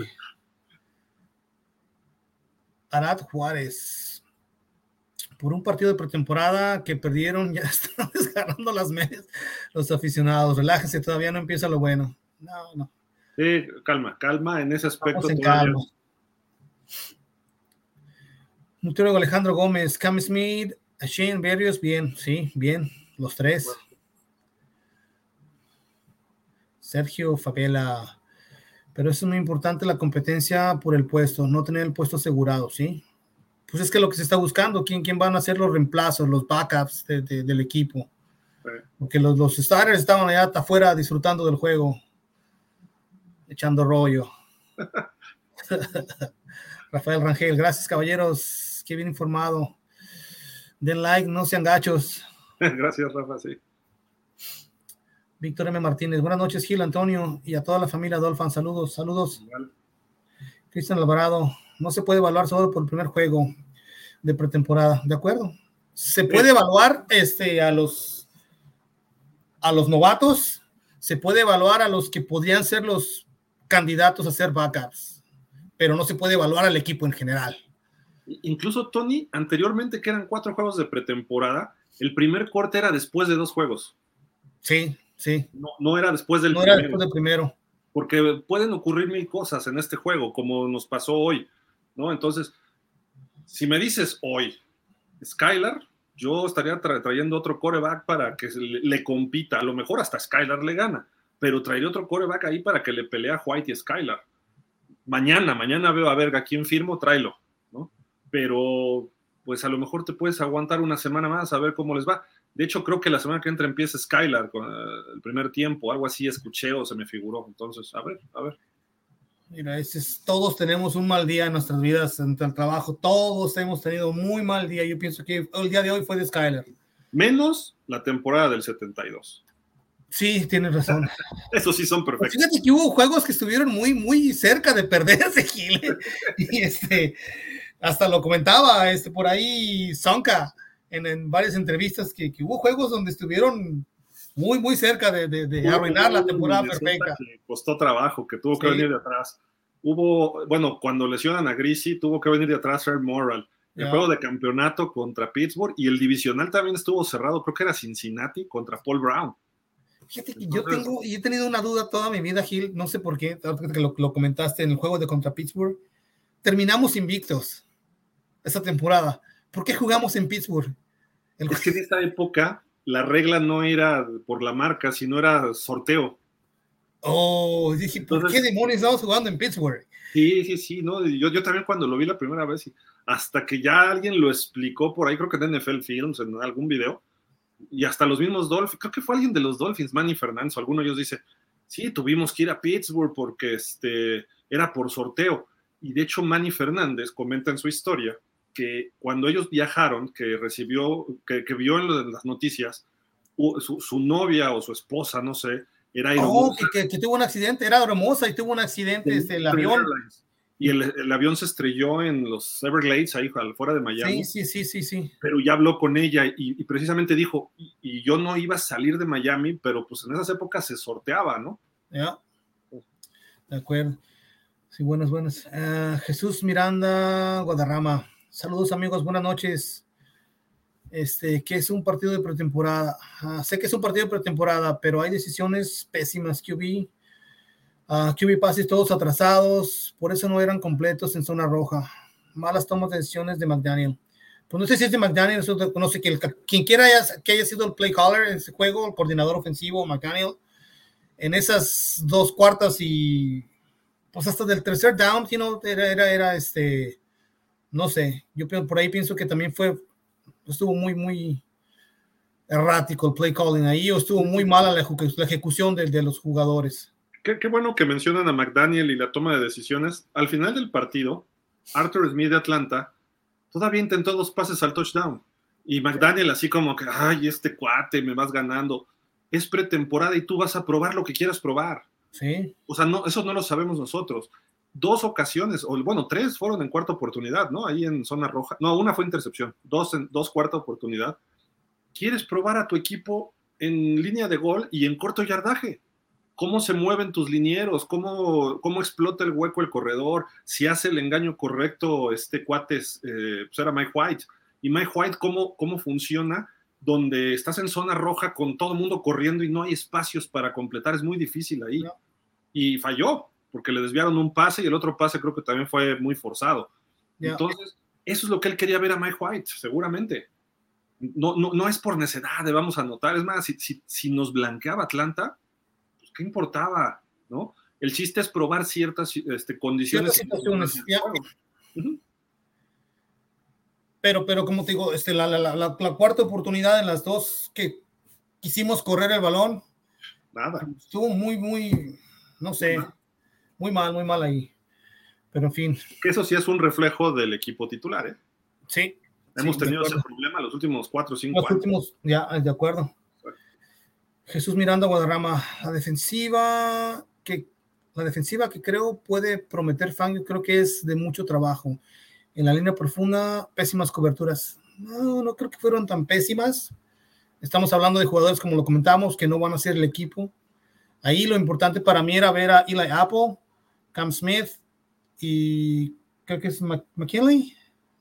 Arad Juárez, por un partido de pretemporada que perdieron, ya están desgarrando las medias los aficionados. Relájese, todavía no empieza lo bueno. No. Sí, calma en ese aspecto. Vamos en calma. Nutriólogo Alejandro Gómez, Cam Smith, Shane Berrios, bien, los 3. Bueno. Sergio Fabela, pero eso es muy importante, la competencia por el puesto, no tener el puesto asegurado, ¿sí? Pues es que lo que se está buscando, ¿quién van a ser los reemplazos, los backups del equipo? Porque los starters estaban allá afuera disfrutando del juego, echando rollo. Rafael Rangel, gracias caballeros, qué bien informado. Den like, no sean gachos. Gracias, Rafa, sí. Víctor M. Martínez, buenas noches, Gil, Antonio, y a toda la familia Dolphins, saludos. Igual. Cristian Alvarado, no se puede evaluar solo por el primer juego de pretemporada, ¿de acuerdo? Se puede evaluar a los novatos, se puede evaluar a los que podrían ser los candidatos a ser backups, pero no se puede evaluar al equipo en general. Incluso, Tony, anteriormente que eran 4 juegos de pretemporada, el primer corte era después de 2 juegos. Sí. No era después del primero. No era después del primero. Porque pueden ocurrir 1000 cosas en este juego, como nos pasó hoy, ¿no? Entonces, si me dices hoy, Skylar, yo estaría trayendo otro quarterback para que le compita. A lo mejor hasta Skylar le gana, pero traería otro quarterback ahí para que le pelee a White y Skylar. Mañana veo a ver a quién firmo, tráelo, ¿no? Pero, pues a lo mejor te puedes aguantar una semana más a ver cómo les va. De hecho, creo que la semana que entra empieza Skylar con el primer tiempo, algo así escuché o se me figuró. Entonces, a ver. Mira, todos tenemos un mal día en nuestras vidas, entre el trabajo, todos hemos tenido muy mal día. Yo pienso que el día de hoy fue de Skylar. Menos la temporada del 72. Sí, tienes razón. Esos sí son perfectos. Pues fíjate que hubo juegos que estuvieron muy, muy cerca de perderse, Gil. Y hasta lo comentaba por ahí Sonka en varias entrevistas que hubo juegos donde estuvieron muy, muy cerca de arruinar la temporada perfecta. Que costó trabajo, que tuvo que venir de atrás. Cuando lesionan a Greasy, tuvo que venir de atrás Herb Morrall. El juego de campeonato contra Pittsburgh y el divisional también estuvo cerrado, creo que era Cincinnati contra Paul Brown. Fíjate que yo he tenido una duda toda mi vida, Gil, no sé por qué, que lo comentaste en el juego de contra Pittsburgh. Terminamos invictos esa temporada. ¿Por qué jugamos en Pittsburgh? Es que en esta época la regla no era por la marca, sino era sorteo. Oh, dije, ¿por qué demonios estamos jugando en Pittsburgh? Sí, no, yo también cuando lo vi la primera vez, hasta que ya alguien lo explicó por ahí, creo que en NFL Films, en algún video, Y hasta los mismos Dolphins, creo que fue alguien de los Dolphins, Manny Fernández, o alguno de ellos dice, sí, tuvimos que ir a Pittsburgh porque era por sorteo. Y de hecho Manny Fernández comenta en su historia que cuando ellos viajaron, que vio en las noticias, su novia o su esposa, no sé, era aeromoza. Que tuvo un accidente, era aeromoza y tuvo un accidente el avión. Y el avión se estrelló en los Everglades, ahí fuera de Miami. Sí. Pero ya habló con ella y precisamente dijo, y yo no iba a salir de Miami, pero pues en esas épocas se sorteaba, ¿no? Ya. De acuerdo. Sí, buenas. Jesús Miranda, Guadarrama. Saludos, amigos, buenas noches. ¿Qué es un partido de pretemporada? Sé que es un partido de pretemporada, pero hay decisiones pésimas. QB pases todos atrasados, por eso no eran completos en zona roja. Malas tomas de decisiones de McDaniel. Pues no sé si es de McDaniel, no sé quien quiera que haya sido el play caller en ese juego, el coordinador ofensivo, McDaniel, en esas 2 cuartas y pues hasta del tercer down, era no sé, yo por ahí pienso que también estuvo muy errático el play calling ahí, o estuvo muy mala la ejecución de los jugadores. Qué bueno que mencionan a McDaniel y la toma de decisiones. Al final del partido, Arthur Smith de Atlanta todavía intentó 2 pases al touchdown. Y McDaniel así como que, ay, cuate, me vas ganando. Es pretemporada y tú vas a probar lo que quieras probar. Sí. O sea, no, eso no lo sabemos nosotros. 2 ocasiones, o bueno, 3 fueron en cuarta oportunidad, ¿no? Ahí en zona roja. No, una fue intercepción. 2 cuarta oportunidad. Quieres probar a tu equipo en línea de gol y en corto yardaje. Cómo se mueven tus linieros, cómo explota el hueco el corredor, si hace el engaño correcto cuate, pues era Mike White. Y Mike White, cómo funciona, donde estás en zona roja con todo el mundo corriendo y no hay espacios para completar, es muy difícil ahí. No. Y falló, porque le desviaron un pase y el otro pase creo que también fue muy forzado. Yeah. Entonces, eso es lo que él quería ver a Mike White, seguramente. No es por necedad de vamos a anotar, es más, si nos blanqueaba Atlanta, ¿qué importaba? ¿No? El chiste es probar ciertas condiciones. Ciertas situaciones. Pero como te digo, la cuarta oportunidad en las 2 que quisimos correr el balón, nada. Estuvo muy, no sé, muy mal ahí. Pero en fin. Que eso sí es un reflejo del equipo titular, ¿eh? Sí. Hemos tenido ese problema los últimos 4 o 5 años. Los últimos, ya, de acuerdo. Jesús Miranda Guadarrama, la defensiva que creo puede prometer Fangio, creo que es de mucho trabajo. En la línea profunda, pésimas coberturas. No creo que fueron tan pésimas. Estamos hablando de jugadores, como lo comentamos, que no van a ser el equipo. Ahí lo importante para mí era ver a Eli Apple, Cam Smith y creo que es McKinley.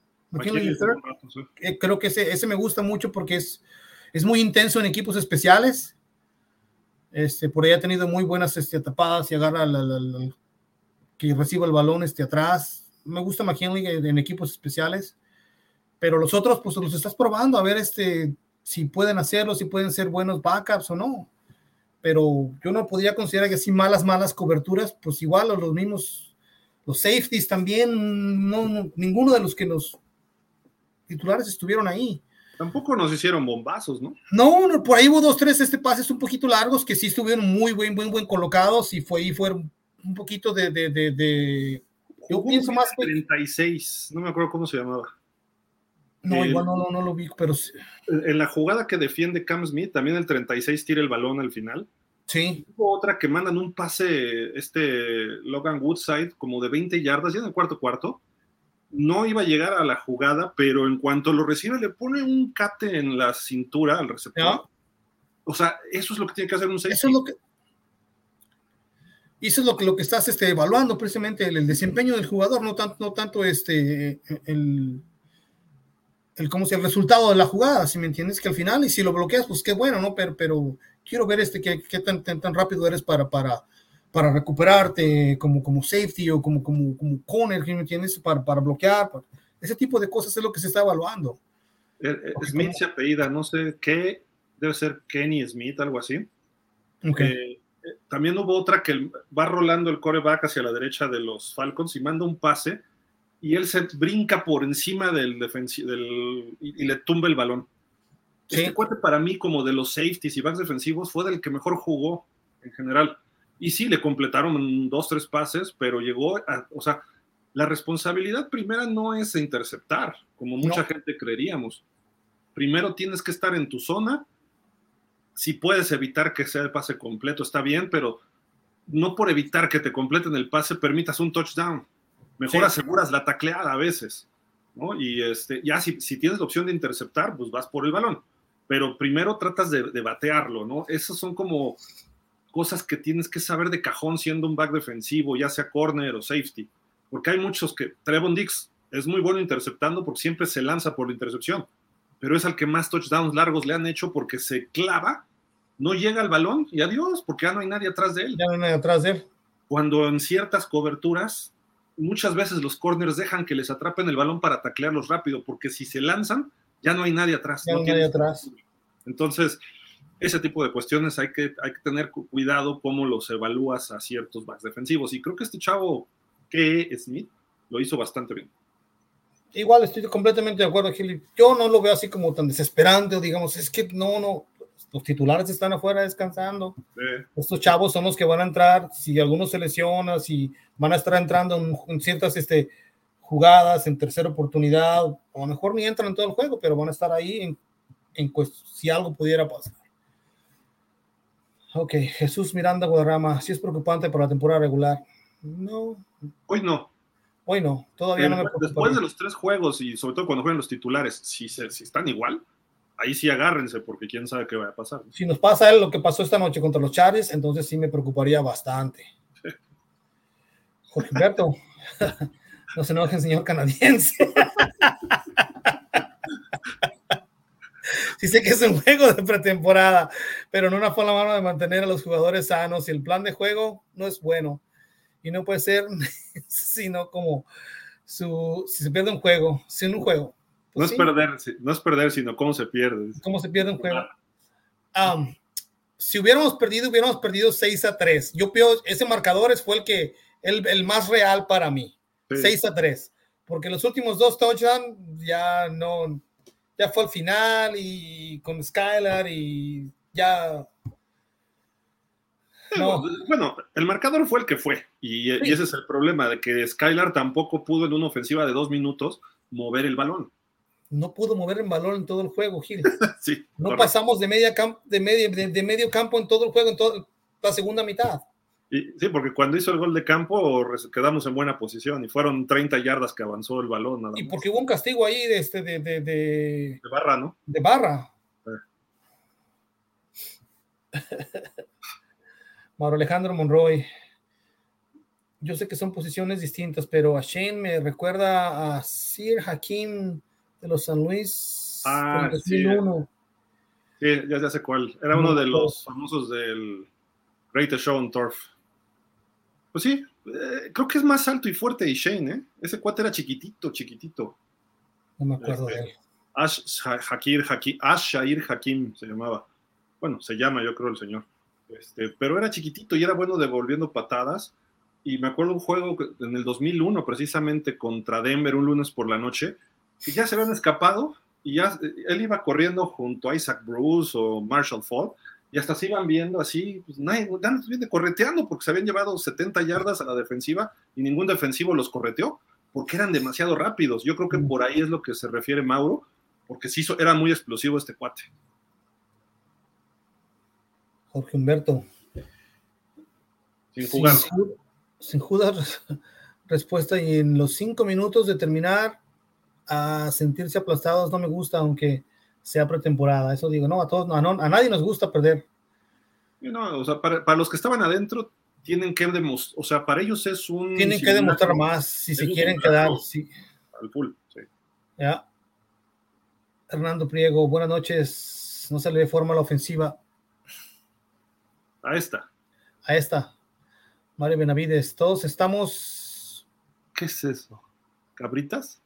Creo que ese me gusta mucho porque es muy intenso en equipos especiales. Por ahí ha tenido muy buenas tapadas y agarra que reciba el balón atrás. Me gusta McKinley en equipos especiales, pero los otros pues los estás probando a ver si pueden hacerlo, si pueden ser buenos backups o no. Pero yo no podría considerar que así malas coberturas, pues igual los mismos, los safeties también, no ninguno de los que los titulares estuvieron ahí. Tampoco nos hicieron bombazos, ¿no? No, por ahí hubo 2, 3 pases un poquito largos que sí estuvieron muy buen colocados y fueron un poquito yo pienso más que 36, no me acuerdo cómo se llamaba. No, igual no lo vi, pero sí. En la jugada que defiende Cam Smith, también el 36 tira el balón al final. Sí. Hubo otra que mandan un pase, Logan Woodside, como de 20 yardas, ya en el cuarto. No iba a llegar a la jugada, pero en cuanto lo recibe, le pone un cate en la cintura al receptor. ¿No? O sea, eso es lo que tiene que hacer un safety. Eso es lo que estás evaluando, precisamente el desempeño del jugador, no tanto el resultado de la jugada, si me entiendes, que al final, y si lo bloqueas, pues qué bueno, ¿no? Pero quiero ver qué tan rápido eres para recuperarte como safety o como corner, ¿me entiendes? Para bloquear, ese tipo de cosas es lo que se está evaluando. Smith se apellida, no sé qué, debe ser Kenny Smith, algo así. Okay. También hubo otra que va rolando el quarterback hacia la derecha de los Falcons y manda un pase y él se brinca por encima del y le tumba el balón. Este cuate para mí, como de los safeties y backs defensivos, fue del que mejor jugó en general. Y sí, le completaron 2, 3 pases, pero o sea, la responsabilidad primera no es interceptar, como mucha gente creeríamos. Primero tienes que estar en tu zona. Si puedes evitar que sea el pase completo, está bien, pero no por evitar que te completen el pase permitas un touchdown. Mejor aseguras la tacleada a veces, ¿no? Y ya si tienes la opción de interceptar, pues vas por el balón. Pero primero tratas de batearlo, ¿no? Esas son como cosas que tienes que saber de cajón siendo un back defensivo, ya sea corner o safety. Porque hay muchos que... Trevon Diggs es muy bueno interceptando porque siempre se lanza por la intercepción, pero es al que más touchdowns largos le han hecho porque se clava, no llega al balón y adiós, porque ya no hay nadie atrás de él. Ya no hay nadie atrás de él. Cuando en ciertas coberturas, muchas veces los corners dejan que les atrapen el balón para taclearlos rápido, porque si se lanzan, ya no hay nadie atrás. Ya no hay nadie atrás. Entonces, ese tipo de cuestiones hay que tener cuidado cómo los evalúas a ciertos backs defensivos. Y creo que este chavo, que Smith, lo hizo bastante bien. Igual estoy completamente de acuerdo, Gil. Yo no lo veo así como tan desesperante, o digamos, es que no, los titulares están afuera descansando. Estos chavos son los que van a entrar, si algunos se lesiona, si van a estar entrando en ciertas jugadas, en tercera oportunidad, o a lo mejor ni entran en todo el juego, pero van a estar ahí si algo pudiera pasar. Ok, Jesús Miranda Guadarrama, ¿sí es preocupante para la temporada regular? No. Hoy no. Hoy no, todavía no me preocupa. Después de los 3 juegos y sobre todo cuando juegan los titulares, si están igual, ahí sí agárrense porque quién sabe qué va a pasar. Si nos pasa lo que pasó esta noche contra los Chargers, entonces sí me preocuparía bastante. Sí. Jorge Humberto, no se enoje, señor canadiense. Sí sé que es un juego de pretemporada, pero no una forma mano de mantener a los jugadores sanos y el plan de juego no es bueno. Y no puede ser sino como si se pierde un juego, sin un juego. Pues no es perder, sino cómo se pierde. ¿Cómo se pierde un juego? Si hubiéramos perdido 6-3. Yo creo ese marcador fue el más real para mí. Sí. 6-3. Porque los últimos 2 touchdowns ya fue el final y con Skylar y ya... No. Bueno, el marcador fue el que fue y ese es el problema, de que Skylar tampoco pudo en una ofensiva de 2 minutos mover el balón. No pudo mover el balón en todo el juego, Gil. Sí, no correcto. Pasamos de medio campo en todo el juego, en toda la segunda mitad. Sí, porque cuando hizo el gol de campo quedamos en buena posición y fueron 30 yardas que avanzó el balón. Nada más. Y porque hubo un castigo ahí de Barra, ¿no? De Barra. Mauro Alejandro Monroy. Yo sé que son posiciones distintas, pero a Shane me recuerda a Sir Hakim de los San Luis. Ah, 2001. Sí, ya sé cuál. Era uno de los famosos del Greatest Show on Turf. Pues sí, creo que es más alto y fuerte y Shane, ¿eh? Ese cuate era chiquitito. No me acuerdo de él. Ash Shair Hakim se llamaba. Bueno, se llama, yo creo, el señor. Pero era chiquitito y era bueno devolviendo patadas. Y me acuerdo un juego en el 2001, precisamente contra Denver, un lunes por la noche, que ya se habían escapado y ya él iba corriendo junto a Isaac Bruce o Marshall Falk y hasta se iban viendo así, pues nadie viene correteando porque se habían llevado 70 yardas a la defensiva y ningún defensivo los correteó porque eran demasiado rápidos. Yo creo que por ahí es lo que se refiere Mauro, porque sí era muy explosivo este cuate. Jorge Humberto. Sin jugar. Sin jugar respuesta y en los 5 minutos de terminar a sentirse aplastados no me gusta, aunque sea pretemporada. Eso digo, no, a nadie nos gusta perder. No, o sea, para los que estaban adentro tienen que demostrar, o sea, para ellos es un... Tienen que demostrar más si se quieren quedar. Sí. Al full, sí. Ya. Hernando Priego, buenas noches. No se le dé forma a la ofensiva. A esta. Mario Benavides, todos estamos... ¿Qué es eso? ¿Cabritas?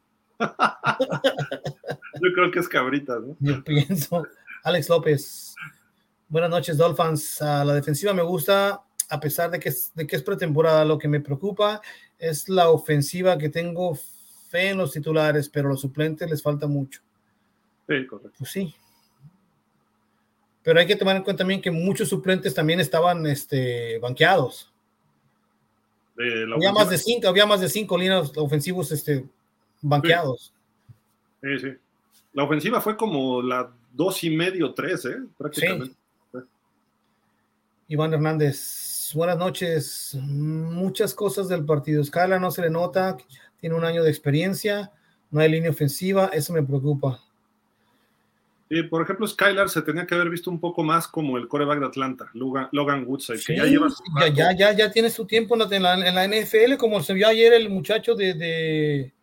Yo creo que es cabritas, ¿no? Yo pienso. Alex López, buenas noches, Dolphins. La defensiva me gusta, a pesar de que es pretemporada. Lo que me preocupa es la ofensiva, que tengo fe en los titulares, pero a los suplentes les falta mucho. Sí, correcto. Pues sí. pero hay que tomar en cuenta también que muchos suplentes también estaban banqueados. Había más de cinco líneas ofensivos banqueados. Sí, sí. La ofensiva fue como la 2.5, 3, prácticamente. Sí. Iván Hernández, buenas noches. Muchas cosas del partido. Skylar no se le nota, tiene un año de experiencia, no hay línea ofensiva, eso me preocupa. Sí, por ejemplo, Skylar se tenía que haber visto un poco más como el quarterback de Atlanta, Logan Woodside, sí, que ya lleva su ya tiene su tiempo en la NFL, como se vio ayer el muchacho de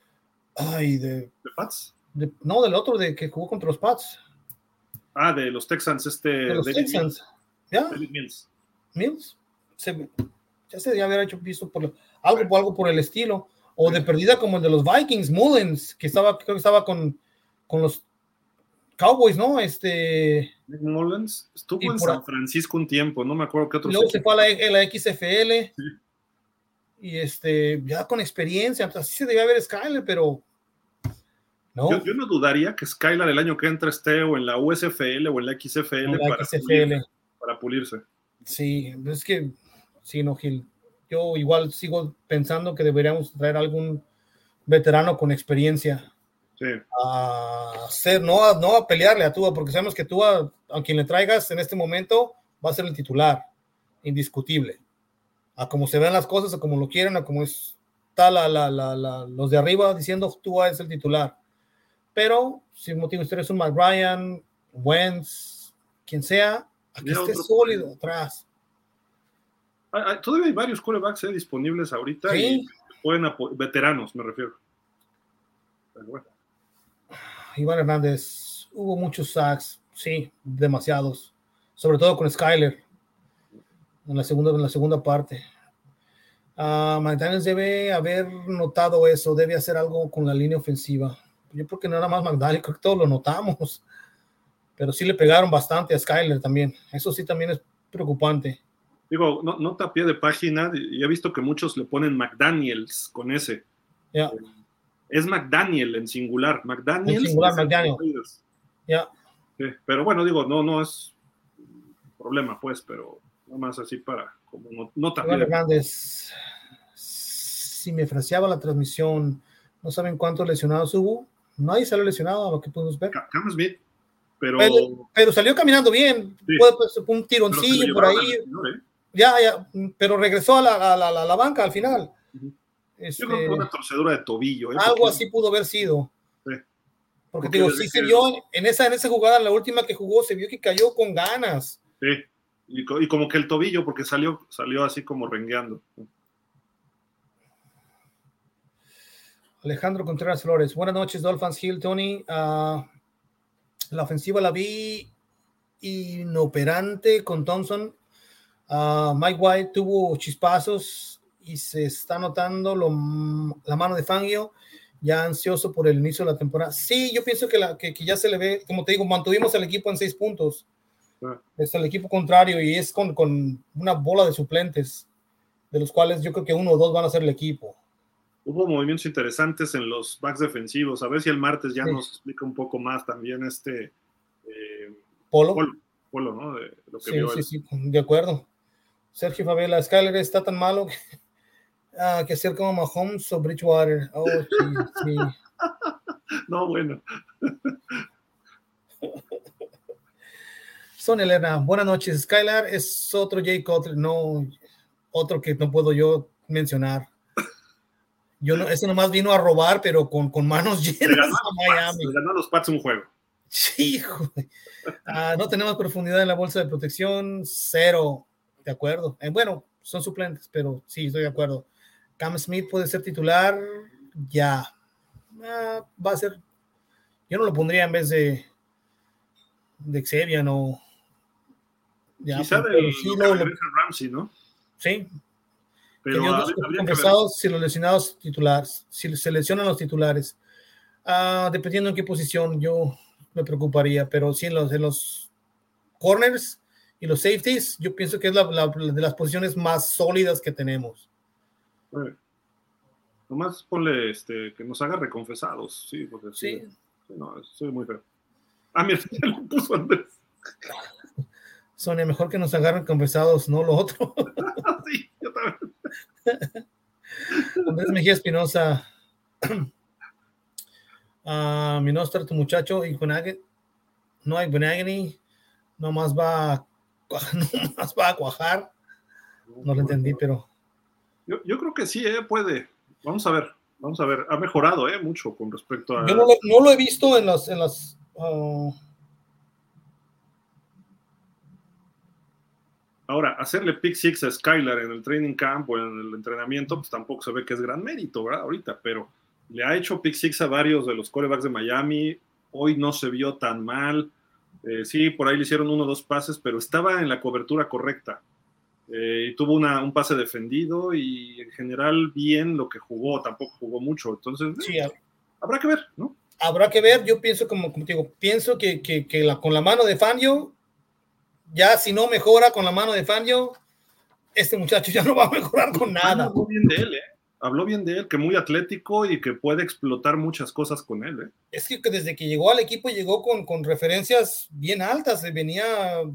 Pats. No, del otro que jugó contra los Pats. De los Texans, de los David Texans. Mills. ¿Ya? David Mills. Mills. Ya se debía haber visto algo por el estilo. O de perdida como el de los Vikings, Mullens, creo que estaba con los Cowboys, ¿no? Nick Mullens estuvo en San Francisco un tiempo, no me acuerdo qué otros. Luego se fue a la XFL. Sí. Y ya con experiencia, así se debía ver Skyler, pero no. Yo no dudaría que Skylar el año que entra esté o en la USFL o en la XFL, para pulirse. Sí, es que sí, no, Gil. Yo igual sigo pensando que deberíamos traer algún veterano con experiencia. Sí. No a pelearle a Tua, porque sabemos que Tua, a quien le traigas en este momento, va a ser el titular, indiscutible. A como se ven las cosas, a como lo quieren, a como está los de arriba diciendo Tua es el titular. Pero si motivo usted es un Matt Ryan, Wentz, quien sea, aquí esté sólido atrás. Todavía hay varios quarterbacks disponibles ahorita. ¿Sí? Y pueden veteranos, me refiero. Pero bueno. Iván Hernández, hubo muchos sacks, sí, demasiados, sobre todo con Skyler en la segunda parte. McDaniels debe haber notado eso, debe hacer algo con la línea ofensiva. Yo creo que nada más McDaniels, creo que todos lo notamos, pero sí le pegaron bastante a Skyler también. Eso sí también es preocupante. Digo, nota a pie de página, y he visto que muchos le ponen McDaniels con ese. Yeah. Es McDaniel en singular. McDaniels. En singular, McDaniel. Yeah. Sí, pero bueno, digo, no es problema, pues, pero nomás así para como nota. Iván Hernández, si me fraseaba la transmisión, ¿no saben cuántos lesionados hubo? Nadie salió lesionado a lo que pudimos ver. Cam Smith, pero salió caminando bien. Sí. Pues, un tironcillo por ahí. Ya, pero regresó a la banca al final. Yo creo que una torcedura de tobillo. Algo así pudo haber sido. Sí. Porque digo, sí se vio en esa jugada, la última que jugó, se vio que cayó con ganas. Sí, y como que el tobillo, porque salió así como rengueando. Alejandro Contreras Flores, buenas noches, Dolphins, Hill, Tony. La ofensiva la vi inoperante con Thompson. Mike White tuvo chispazos y se está notando la mano de Fangio, ya ansioso por el inicio de la temporada. Sí, yo pienso que ya se le ve, como te digo, mantuvimos al equipo en 6 puntos. Es el equipo contrario y es con una bola de suplentes, de los cuales yo creo que 1 o 2 van a ser el equipo. Hubo movimientos interesantes en los backs defensivos. A ver si el martes ya nos explica un poco más también Polo, ¿no? De lo que vio él. Sí, de acuerdo. Sergio Favela, Skyler está tan malo que ser como Mahomes o Bridgewater. Oh, sí. No, bueno. Son Elena, buenas noches. Skylar es otro Jay Cutler, no, otro que no puedo yo mencionar. Ese nomás vino a robar, pero con manos llenas a Miami. Le ganó a los Pats un juego. Sí, no tenemos profundidad en la bolsa de protección, 0. De acuerdo. Bueno, son suplentes, pero sí, estoy de acuerdo. Cam Smith puede ser titular, ya. Va a ser. Yo no lo pondría en vez de Xavier, no. Ya, quizá sí Ramsey, ¿no? Sí. Pero si los lesionados titulares, si se lesionan los titulares, dependiendo en qué posición, yo me preocuparía, pero sí en los corners y los safeties, yo pienso que es de las posiciones más sólidas que tenemos. Nomás ponle que nos haga reconfesados, sí, porque sí. No, soy muy feo. Mira, ya lo puso Andrés. Sonia, mejor que nos agarren conversados, no lo otro. Sí, yo también. Andrés Mejía Espinosa. Mi Nostra, tu muchacho, no hay Benagni, nomás va a cuajar. No lo entendí, pero... Yo creo que sí, puede. Vamos a ver. Ha mejorado mucho con respecto a... Yo no lo he visto en las Ahora, hacerle pick six a Skylar en el training camp o en el entrenamiento, pues tampoco se ve que es gran mérito, ¿verdad? Ahorita, pero le ha hecho pick six a varios de los quarterbacks de Miami. Hoy no se vio tan mal. Sí, por ahí le hicieron 1 o 2 pases, pero estaba en la cobertura correcta. Y tuvo un pase defendido y en general bien lo que jugó, tampoco jugó mucho. Entonces, sí, habrá que ver, ¿no? Habrá que ver. Yo pienso, como digo, pienso que con la mano de Fangio, ya si no mejora con la mano de Fangio, este muchacho ya no va a mejorar con nada. Habló bien de él, Habló bien de él, que muy atlético y que puede explotar muchas cosas con él, Es que desde que llegó al equipo llegó con referencias bien altas, venía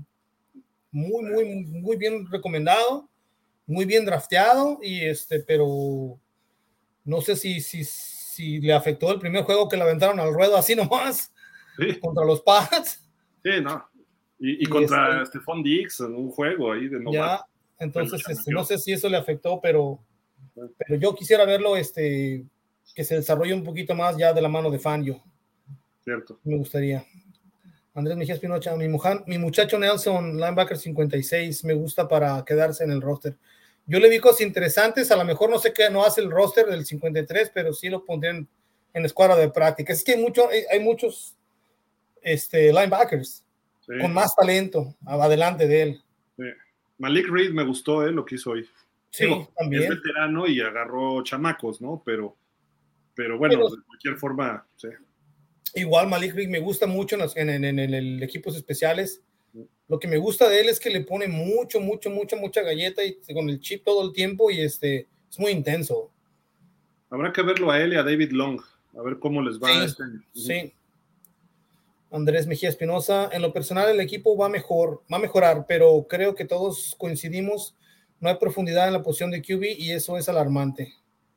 muy bien recomendado, muy bien drafteado, pero no sé si le afectó el primer juego que le aventaron al ruedo así nomás, sí, contra los Pats. Sí, no. Y contra Stephon Diggs en un juego ahí de novato. Ya, entonces no sé si eso le afectó, pero yo quisiera verlo que se desarrolle un poquito más ya de la mano de Fangio. Cierto. Me gustaría. Andrés Mejía Espinocha, mi muchacho Nelson, linebacker 56, me gusta para quedarse en el roster. Yo le vi cosas interesantes, a lo mejor no sé qué, no hace el roster del 53, pero sí lo pondré en la escuadra de práctica. Es que hay muchos linebackers con más talento adelante de él. Sí. Malik Reed me gustó lo que hizo hoy. Sí, también. Es veterano y agarró chamacos, ¿no? Pero bueno, de cualquier forma, sí. Igual Malik Reed me gusta mucho en el equipos especiales. Lo que me gusta de él es que le pone mucha galleta y con el chip todo el tiempo y es muy intenso. Habrá que verlo a él y a David Long, a ver cómo les va este año. Sí. Andrés Mejía Espinosa, en lo personal el equipo va a mejorar, pero creo que todos coincidimos, no hay profundidad en la posición de QB y eso es alarmante.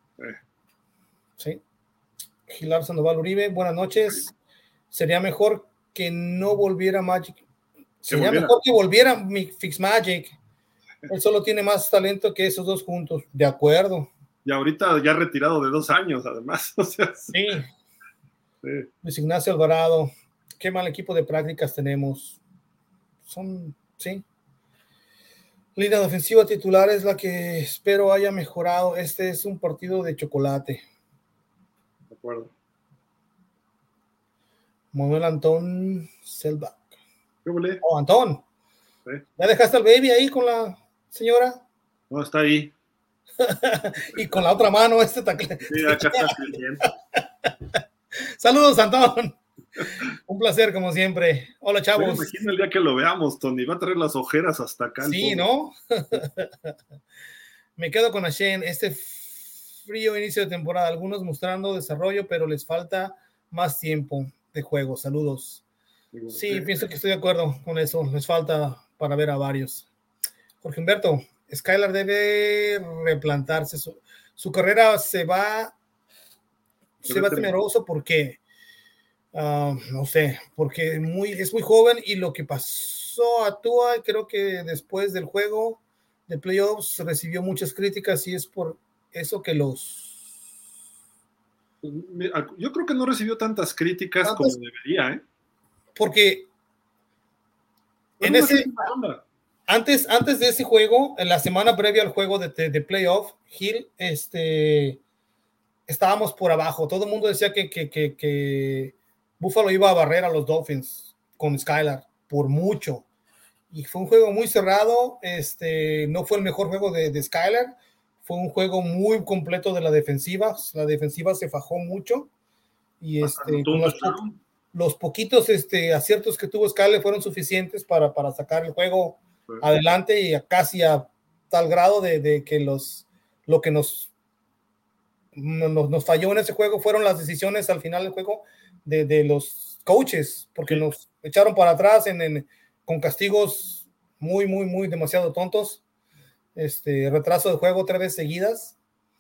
Sí. Gilar Sandoval Uribe, buenas noches. Sería mejor que no volviera Magic. Sería mejor que volviera Fitzmagic. Él solo tiene más talento que esos dos juntos. De acuerdo. Y ahorita ya retirado de 2 años, además. O sea, sí. Luis Ignacio Alvarado. Qué mal equipo de prácticas tenemos. Sí. Línea defensiva titular es la que espero haya mejorado. Este es un partido de chocolate. De acuerdo. Manuel Antón Selbach. ¿Qué volé? Oh, Antón. ¿Sí? ¿Ya dejaste al baby ahí con la señora? No, está ahí. Y con la otra mano Sí, acá está el cliente. Saludos, Antón. Un placer, como siempre. Hola, chavos. Me imagino el día que lo veamos, Tony. Va a traer las ojeras hasta acá. Sí, ¿no? Me quedo con Ashane. Este frío inicio de temporada. Algunos mostrando desarrollo, pero les falta más tiempo de juego. Saludos. Sí, pienso que estoy de acuerdo con eso. Les falta para ver a varios. Jorge Humberto, Skylar debe replantarse. Su carrera se va temeroso porque no sé, porque es muy joven y lo que pasó a Tua, creo que después del juego de playoffs recibió muchas críticas y es por eso que yo creo que no recibió tantas críticas como debería, porque en antes de ese juego, en la semana previa al juego de playoff, Hill, estábamos por abajo. Todo el mundo decía que Buffalo iba a barrer a los Dolphins con Skylar por mucho. Y fue un juego muy cerrado. No fue el mejor juego de Skylar. Fue un juego muy completo de la defensiva. La defensiva se fajó mucho. Y los poquitos aciertos que tuvo Skylar fueron suficientes para sacar el juego adelante y casi a tal grado de que lo que nos falló en ese juego fueron las decisiones al final del juego de los coaches, porque nos echaron para atrás con castigos muy, muy, muy demasiado tontos. Retraso de juego 3 veces seguidas.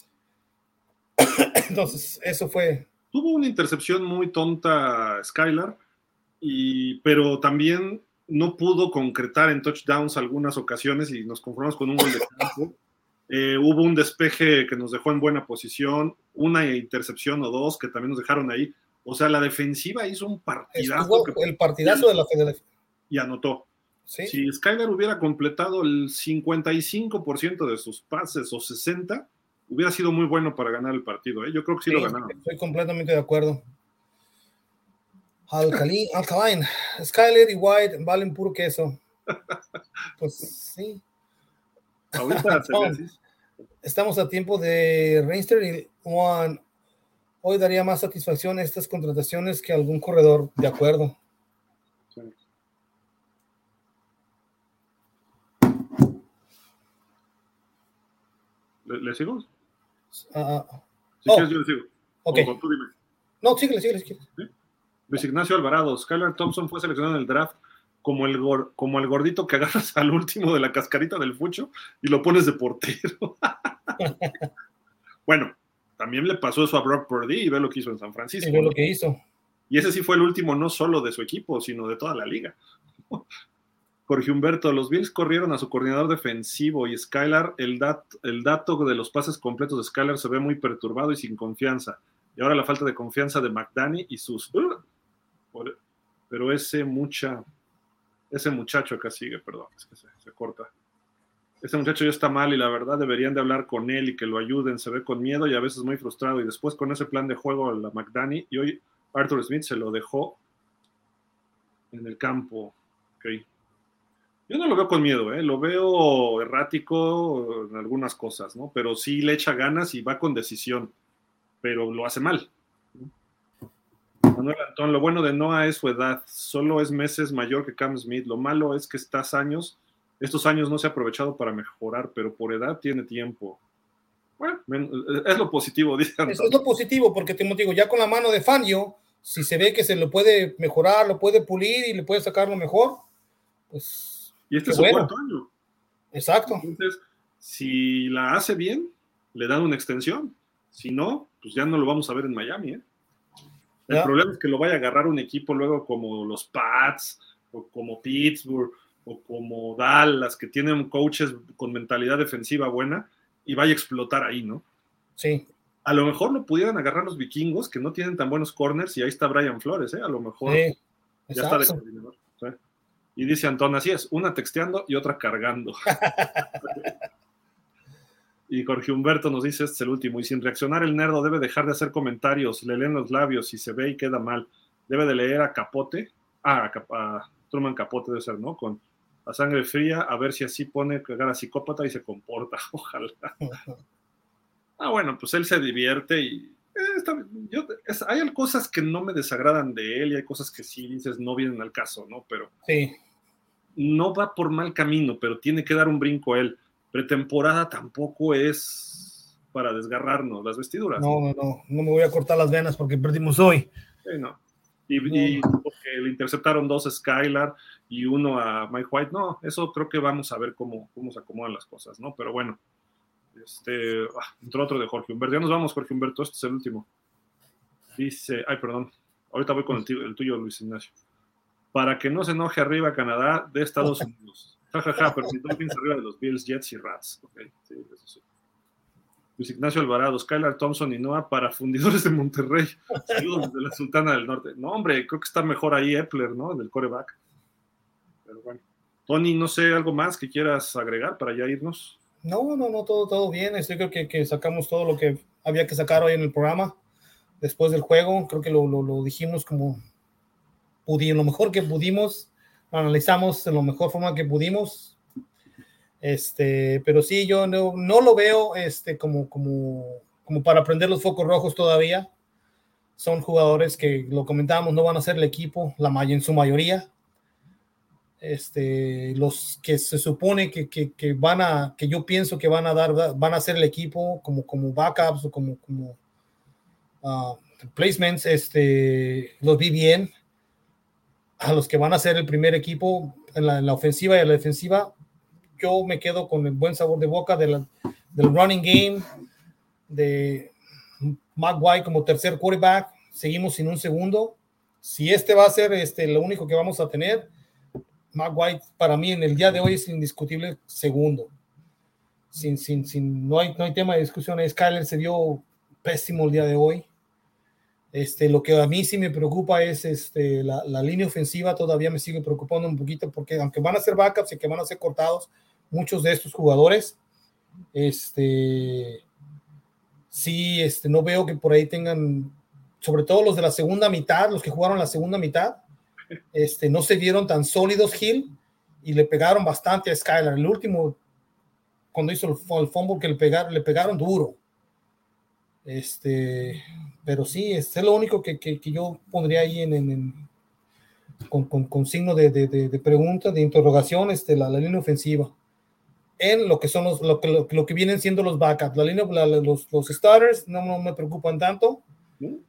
Entonces, eso fue. Tuvo una intercepción muy tonta Skylar, pero también no pudo concretar en touchdowns algunas ocasiones y nos conformamos con un gol de campo. Hubo un despeje que nos dejó en buena posición, una intercepción o dos que también nos dejaron ahí. O sea, la defensiva hizo un partidazo. El partidazo de la Federación. Y anotó. ¿Sí? Si Skylar hubiera completado el 55% de sus pases o 60%, hubiera sido muy bueno para ganar el partido. Yo creo que sí lo ganaron. Estoy completamente de acuerdo. Alkaline, Skyler y White valen puro queso. Pues sí. Ahorita estamos a tiempo de Reinster y Juan. Hoy daría más satisfacción a estas contrataciones que algún corredor. De acuerdo. Sí. ¿Le sigo? Si quieres, yo le sigo. Okay. Tú dime. No, síguele. ¿Sí? Luis Ignacio Alvarado. Skylar Thompson fue seleccionado en el draft como el gordito que agarras al último de la cascarita del fucho y lo pones de portero. Bueno, también le pasó eso a Brock Purdy y ve lo que hizo en San Francisco. Y ve lo que hizo. Y ese sí fue el último no solo de su equipo, sino de toda la liga. Jorge Humberto, los Bills corrieron a su coordinador defensivo y Skylar, el dato de los pases completos de Skylar se ve muy perturbado y sin confianza. Y ahora la falta de confianza de McDaniel y sus... Pero ese muchacho acá sigue, perdón, es que se corta. Ese muchacho ya está mal y la verdad deberían de hablar con él y que lo ayuden. Se ve con miedo y a veces muy frustrado. Y después con ese plan de juego a la McDaniel y hoy Arthur Smith se lo dejó en el campo. Okay. Yo no lo veo con miedo, lo veo errático en algunas cosas, ¿no? Pero sí le echa ganas y va con decisión, pero lo hace mal. Manuel Antón, lo bueno de Noah es su edad, solo es meses mayor que Cam Smith. Lo malo es que estos años no se ha aprovechado para mejorar, pero por edad tiene tiempo. Bueno, es lo positivo, dice Antón. Es lo positivo, porque te digo, ya con la mano de Fangio, si se ve que se lo puede mejorar, lo puede pulir y le puede sacar lo mejor, pues... Y este es su cuarto año. Exacto. Entonces, si la hace bien, le dan una extensión. Si no, pues ya no lo vamos a ver en Miami, El problema es que lo vaya a agarrar un equipo luego como los Pats, o como Pittsburgh, o como Dallas, que tienen coaches con mentalidad defensiva buena, y vaya a explotar ahí, ¿no? Sí. A lo mejor lo pudieran agarrar los vikingos, que no tienen tan buenos corners, y ahí está Brian Flores, A lo mejor sí, ya está de coordinador. ¿Sí? Y dice Antón, así es, una texteando y otra cargando. Y Jorge Humberto nos dice, este es el último, y sin reaccionar el nerdo debe dejar de hacer comentarios, le leen los labios y se ve y queda mal. Debe de leer a Capote, a Truman Capote debe ser, ¿no? Con a sangre fría, a ver si así pone cara psicópata y se comporta, ojalá. Bueno, pues él se divierte y hay cosas que no me desagradan de él y hay cosas que sí dices no vienen al caso, ¿no? Pero sí. No va por mal camino, pero tiene que dar un brinco él. Pretemporada tampoco es para desgarrarnos las vestiduras. No me voy a cortar las venas porque perdimos hoy. Sí, no. Y porque le interceptaron 2 a Skylar y 1 a Mike White. No, eso creo que vamos a ver cómo se acomodan las cosas, ¿no? Pero bueno, entró otro de Jorge Humberto. Ya nos vamos, Jorge Humberto, este es el último. Dice, perdón, ahorita voy con el tuyo, Luis Ignacio. Para que no se enoje arriba Canadá de Estados Unidos. Pero si Dolphins arriba de los Bills, Jets y Rats. Okay, sí, eso sí. Luis Ignacio Alvarado, Skylar Thompson y Noah para fundidores de Monterrey. Saludos desde la Sultana del Norte. No, hombre, creo que está mejor ahí Epler, ¿no? Del quarterback. Pero bueno. Tony, no sé, ¿algo más que quieras agregar para ya irnos? No, todo bien. Creo que sacamos todo lo que había que sacar hoy en el programa. Después del juego, creo que lo dijimos como lo mejor que pudimos, lo analizamos de la mejor forma que pudimos. Pero sí, yo no lo veo como para prender los focos rojos todavía. Son jugadores que, lo comentábamos, no van a ser el equipo, en su mayoría. Los que se supone que yo pienso que van a ser el equipo como backups o como placements, los vi bien. a los que van a ser el primer equipo en la ofensiva y en la defensiva, yo me quedo con el buen sabor de boca del running game, de Matt White como tercer quarterback. Seguimos sin un segundo. Si este va a ser lo único que vamos a tener, Matt White para mí en el día de hoy es indiscutible segundo. No hay tema de discusión. Skyler se vio pésimo el día de hoy. Lo que a mí sí me preocupa es la línea ofensiva. Todavía me sigue preocupando un poquito porque aunque van a ser backups y que van a ser cortados muchos de estos jugadores, sí, no veo que por ahí tengan, sobre todo los de la segunda mitad, los que jugaron la segunda mitad, no se vieron tan sólidos Hill y le pegaron bastante a Skyler. El último, cuando hizo el fumble que le pegaron duro. Pero sí, es lo único que yo pondría ahí con signo de pregunta, de interrogación, la línea ofensiva. En lo que son lo que vienen siendo los backups. La línea, los starters no me preocupan tanto. No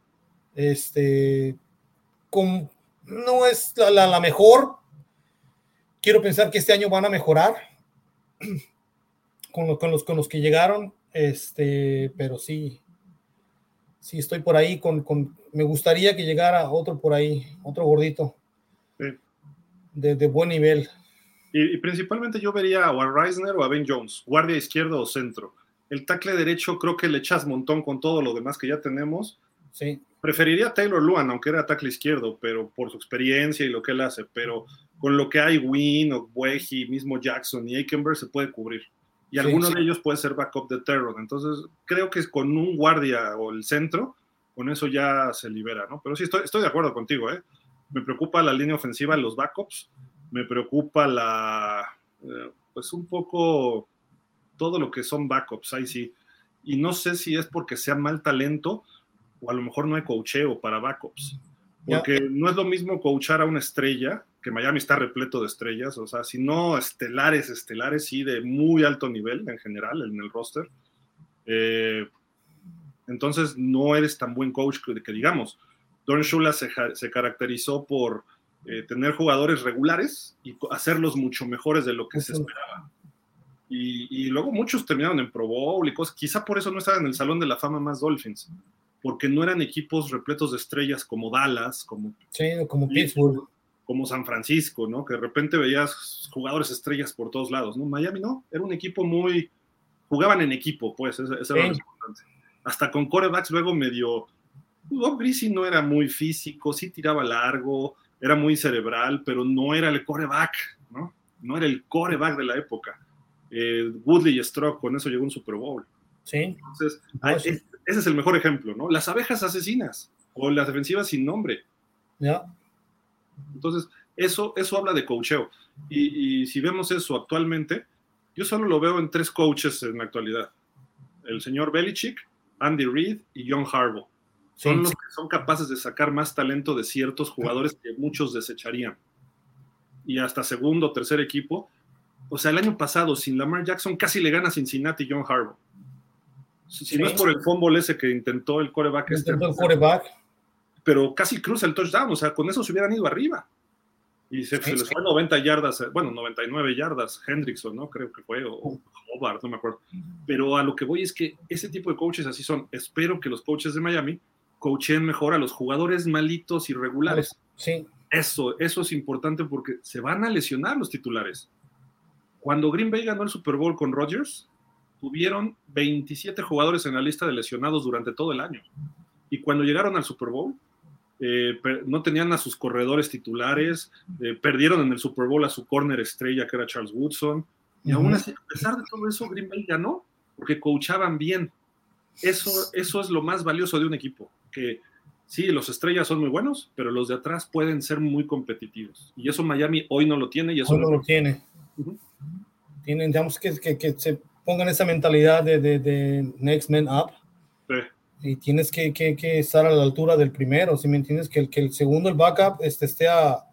es la mejor. Quiero pensar que este año van a mejorar con los que llegaron. Pero sí estoy por ahí me gustaría que llegara otro por ahí, otro gordito, sí, de buen nivel. Y principalmente yo vería o a Reisner o a Ben Jones, guardia izquierdo o centro. El tackle derecho creo que le echas montón con todo lo demás que ya tenemos. Sí. Preferiría a Taylor Luan, aunque era tackle izquierdo, pero por su experiencia y lo que él hace, pero con lo que hay Wynn, Ogbuehi, mismo Jackson y Aikenberg se puede cubrir. Y alguno de ellos puede ser backup de Terron. Entonces creo que con un guardia o el centro, con eso ya se libera, ¿no? Pero sí, estoy de acuerdo contigo, ¿eh? Me preocupa la línea ofensiva, los backups, me preocupa pues un poco todo lo que son backups, ahí sí. Y no sé si es porque sea mal talento o a lo mejor no hay coacheo para backups. Porque no es lo mismo coachar a una estrella, que Miami está repleto de estrellas, o sea, sino estelares, sí, de muy alto nivel en general en el roster. Entonces no eres tan buen coach que digamos. Don Shula se caracterizó por tener jugadores regulares y hacerlos mucho mejores de lo que se esperaba. Y luego muchos terminaron en Pro Bowl y cosas. Quizá por eso no estaban en el Salón de la Fama más Dolphins, porque no eran equipos repletos de estrellas como Dallas, como Pittsburgh, como San Francisco, ¿no? Que de repente veías jugadores estrellas por todos lados, ¿no? Miami no, era un equipo jugaban en equipo, pues, eso era lo importante. Hasta con quarterbacks luego medio, Bob Greasy no era muy físico, sí tiraba largo, era muy cerebral, pero no era el quarterback, ¿no? No era el quarterback de la época. Woodley y Strock, con eso llegó un Super Bowl. Sí. Entonces, ese es el mejor ejemplo, ¿no? Las abejas asesinas o las defensivas sin nombre. Entonces, eso habla de coacheo. Y si vemos eso actualmente, yo solo lo veo en 3 coaches en la actualidad. El señor Belichick, Andy Reid y John Harbaugh. Son los que son capaces de sacar más talento de ciertos jugadores que muchos desecharían. Y hasta segundo o tercer equipo. O sea, el año pasado, sin Lamar Jackson, casi le gana a Cincinnati John Harbaugh. Si no es por el fumble ese que intentó el quarterback. Pero casi cruza el touchdown. O sea, con eso se hubieran ido arriba. Y se les fue 90 yardas, 99 yardas, Hendrickson, ¿no? Creo que fue, o Hobart, no me acuerdo. Pero a lo que voy es que ese tipo de coaches así son. Espero que los coaches de Miami coachen mejor a los jugadores malitos y regulares. Sí. Eso es importante porque se van a lesionar los titulares. Cuando Green Bay ganó el Super Bowl con Rodgers, tuvieron 27 jugadores en la lista de lesionados durante todo el año. Y cuando llegaron al Super Bowl, no tenían a sus corredores titulares, perdieron en el Super Bowl a su corner estrella, que era Charles Woodson, y aún así, a pesar de todo eso, Green Bay ganó, porque coachaban bien. Eso es lo más valioso de un equipo, que sí, los estrellas son muy buenos, pero los de atrás pueden ser muy competitivos, y eso Miami hoy no lo tiene. Y eso hoy no lo tiene. Tienen, digamos, que se pongan esa mentalidad de next man up. Sí. Y tienes que estar a la altura del primero, ¿sí me entiendes? Que el segundo, el backup, esté a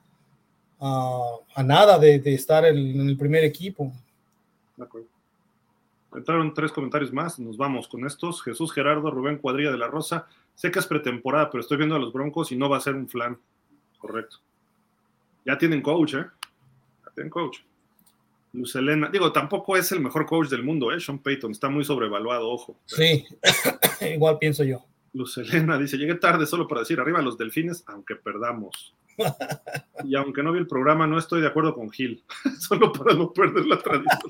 nada de estar en el primer equipo. De acuerdo. Entraron 3 comentarios más, nos vamos con estos. Jesús Gerardo, Rubén Cuadrilla de la Rosa. Sé que es pretemporada, pero estoy viendo a los Broncos y no va a ser un flan. Correcto. Ya tienen coach, ¿eh? Ya tienen coach. Luz Helena, digo, tampoco es el mejor coach del mundo, ¿eh? Sean Payton está muy sobrevaluado, ojo. Sí, igual pienso yo. Luz Helena dice, llegué tarde solo para decir arriba los Delfines, aunque perdamos. Y aunque no vi el programa, no estoy de acuerdo con Gil, solo para no perder la tradición.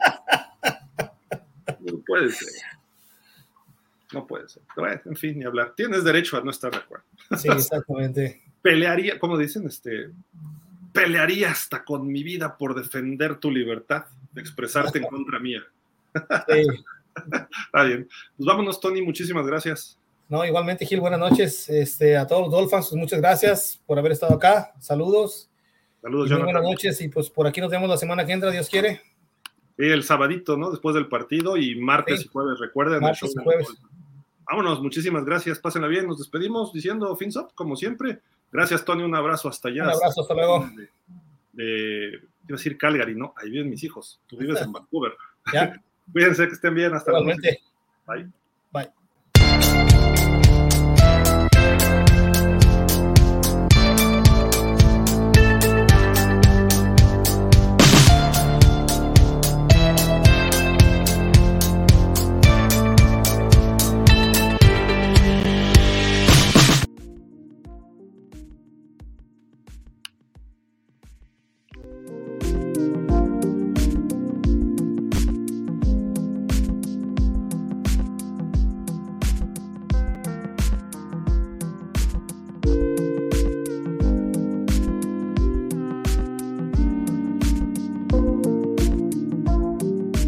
No puede ser. No puede ser. Pero, en fin, ni hablar. Tienes derecho a no estar de acuerdo. Sí, exactamente. Pelearía, como dicen, pelearía hasta con mi vida por defender tu libertad de expresarte en contra mía. Sí. Está bien. Pues vámonos, Tony, muchísimas gracias. No, igualmente, Gil, buenas noches. A todos los Dolphins, pues, muchas gracias por haber estado acá. Saludos. Saludos, Jonathan. Buenas noches, y pues por aquí nos vemos la semana que entra, Dios quiere. El sabadito, ¿no? Después del partido, y martes y jueves, recuerden. Martes y jueves. Vámonos, muchísimas gracias, pásenla bien, nos despedimos diciendo fins up, como siempre. Gracias, Tony, un abrazo hasta allá. Un abrazo, hasta luego. Quiero decir Calgary, ¿no? Ahí viven mis hijos, tú vives en Vancouver. ¿Ya? Cuídense, que estén bien, hasta luego. Bye.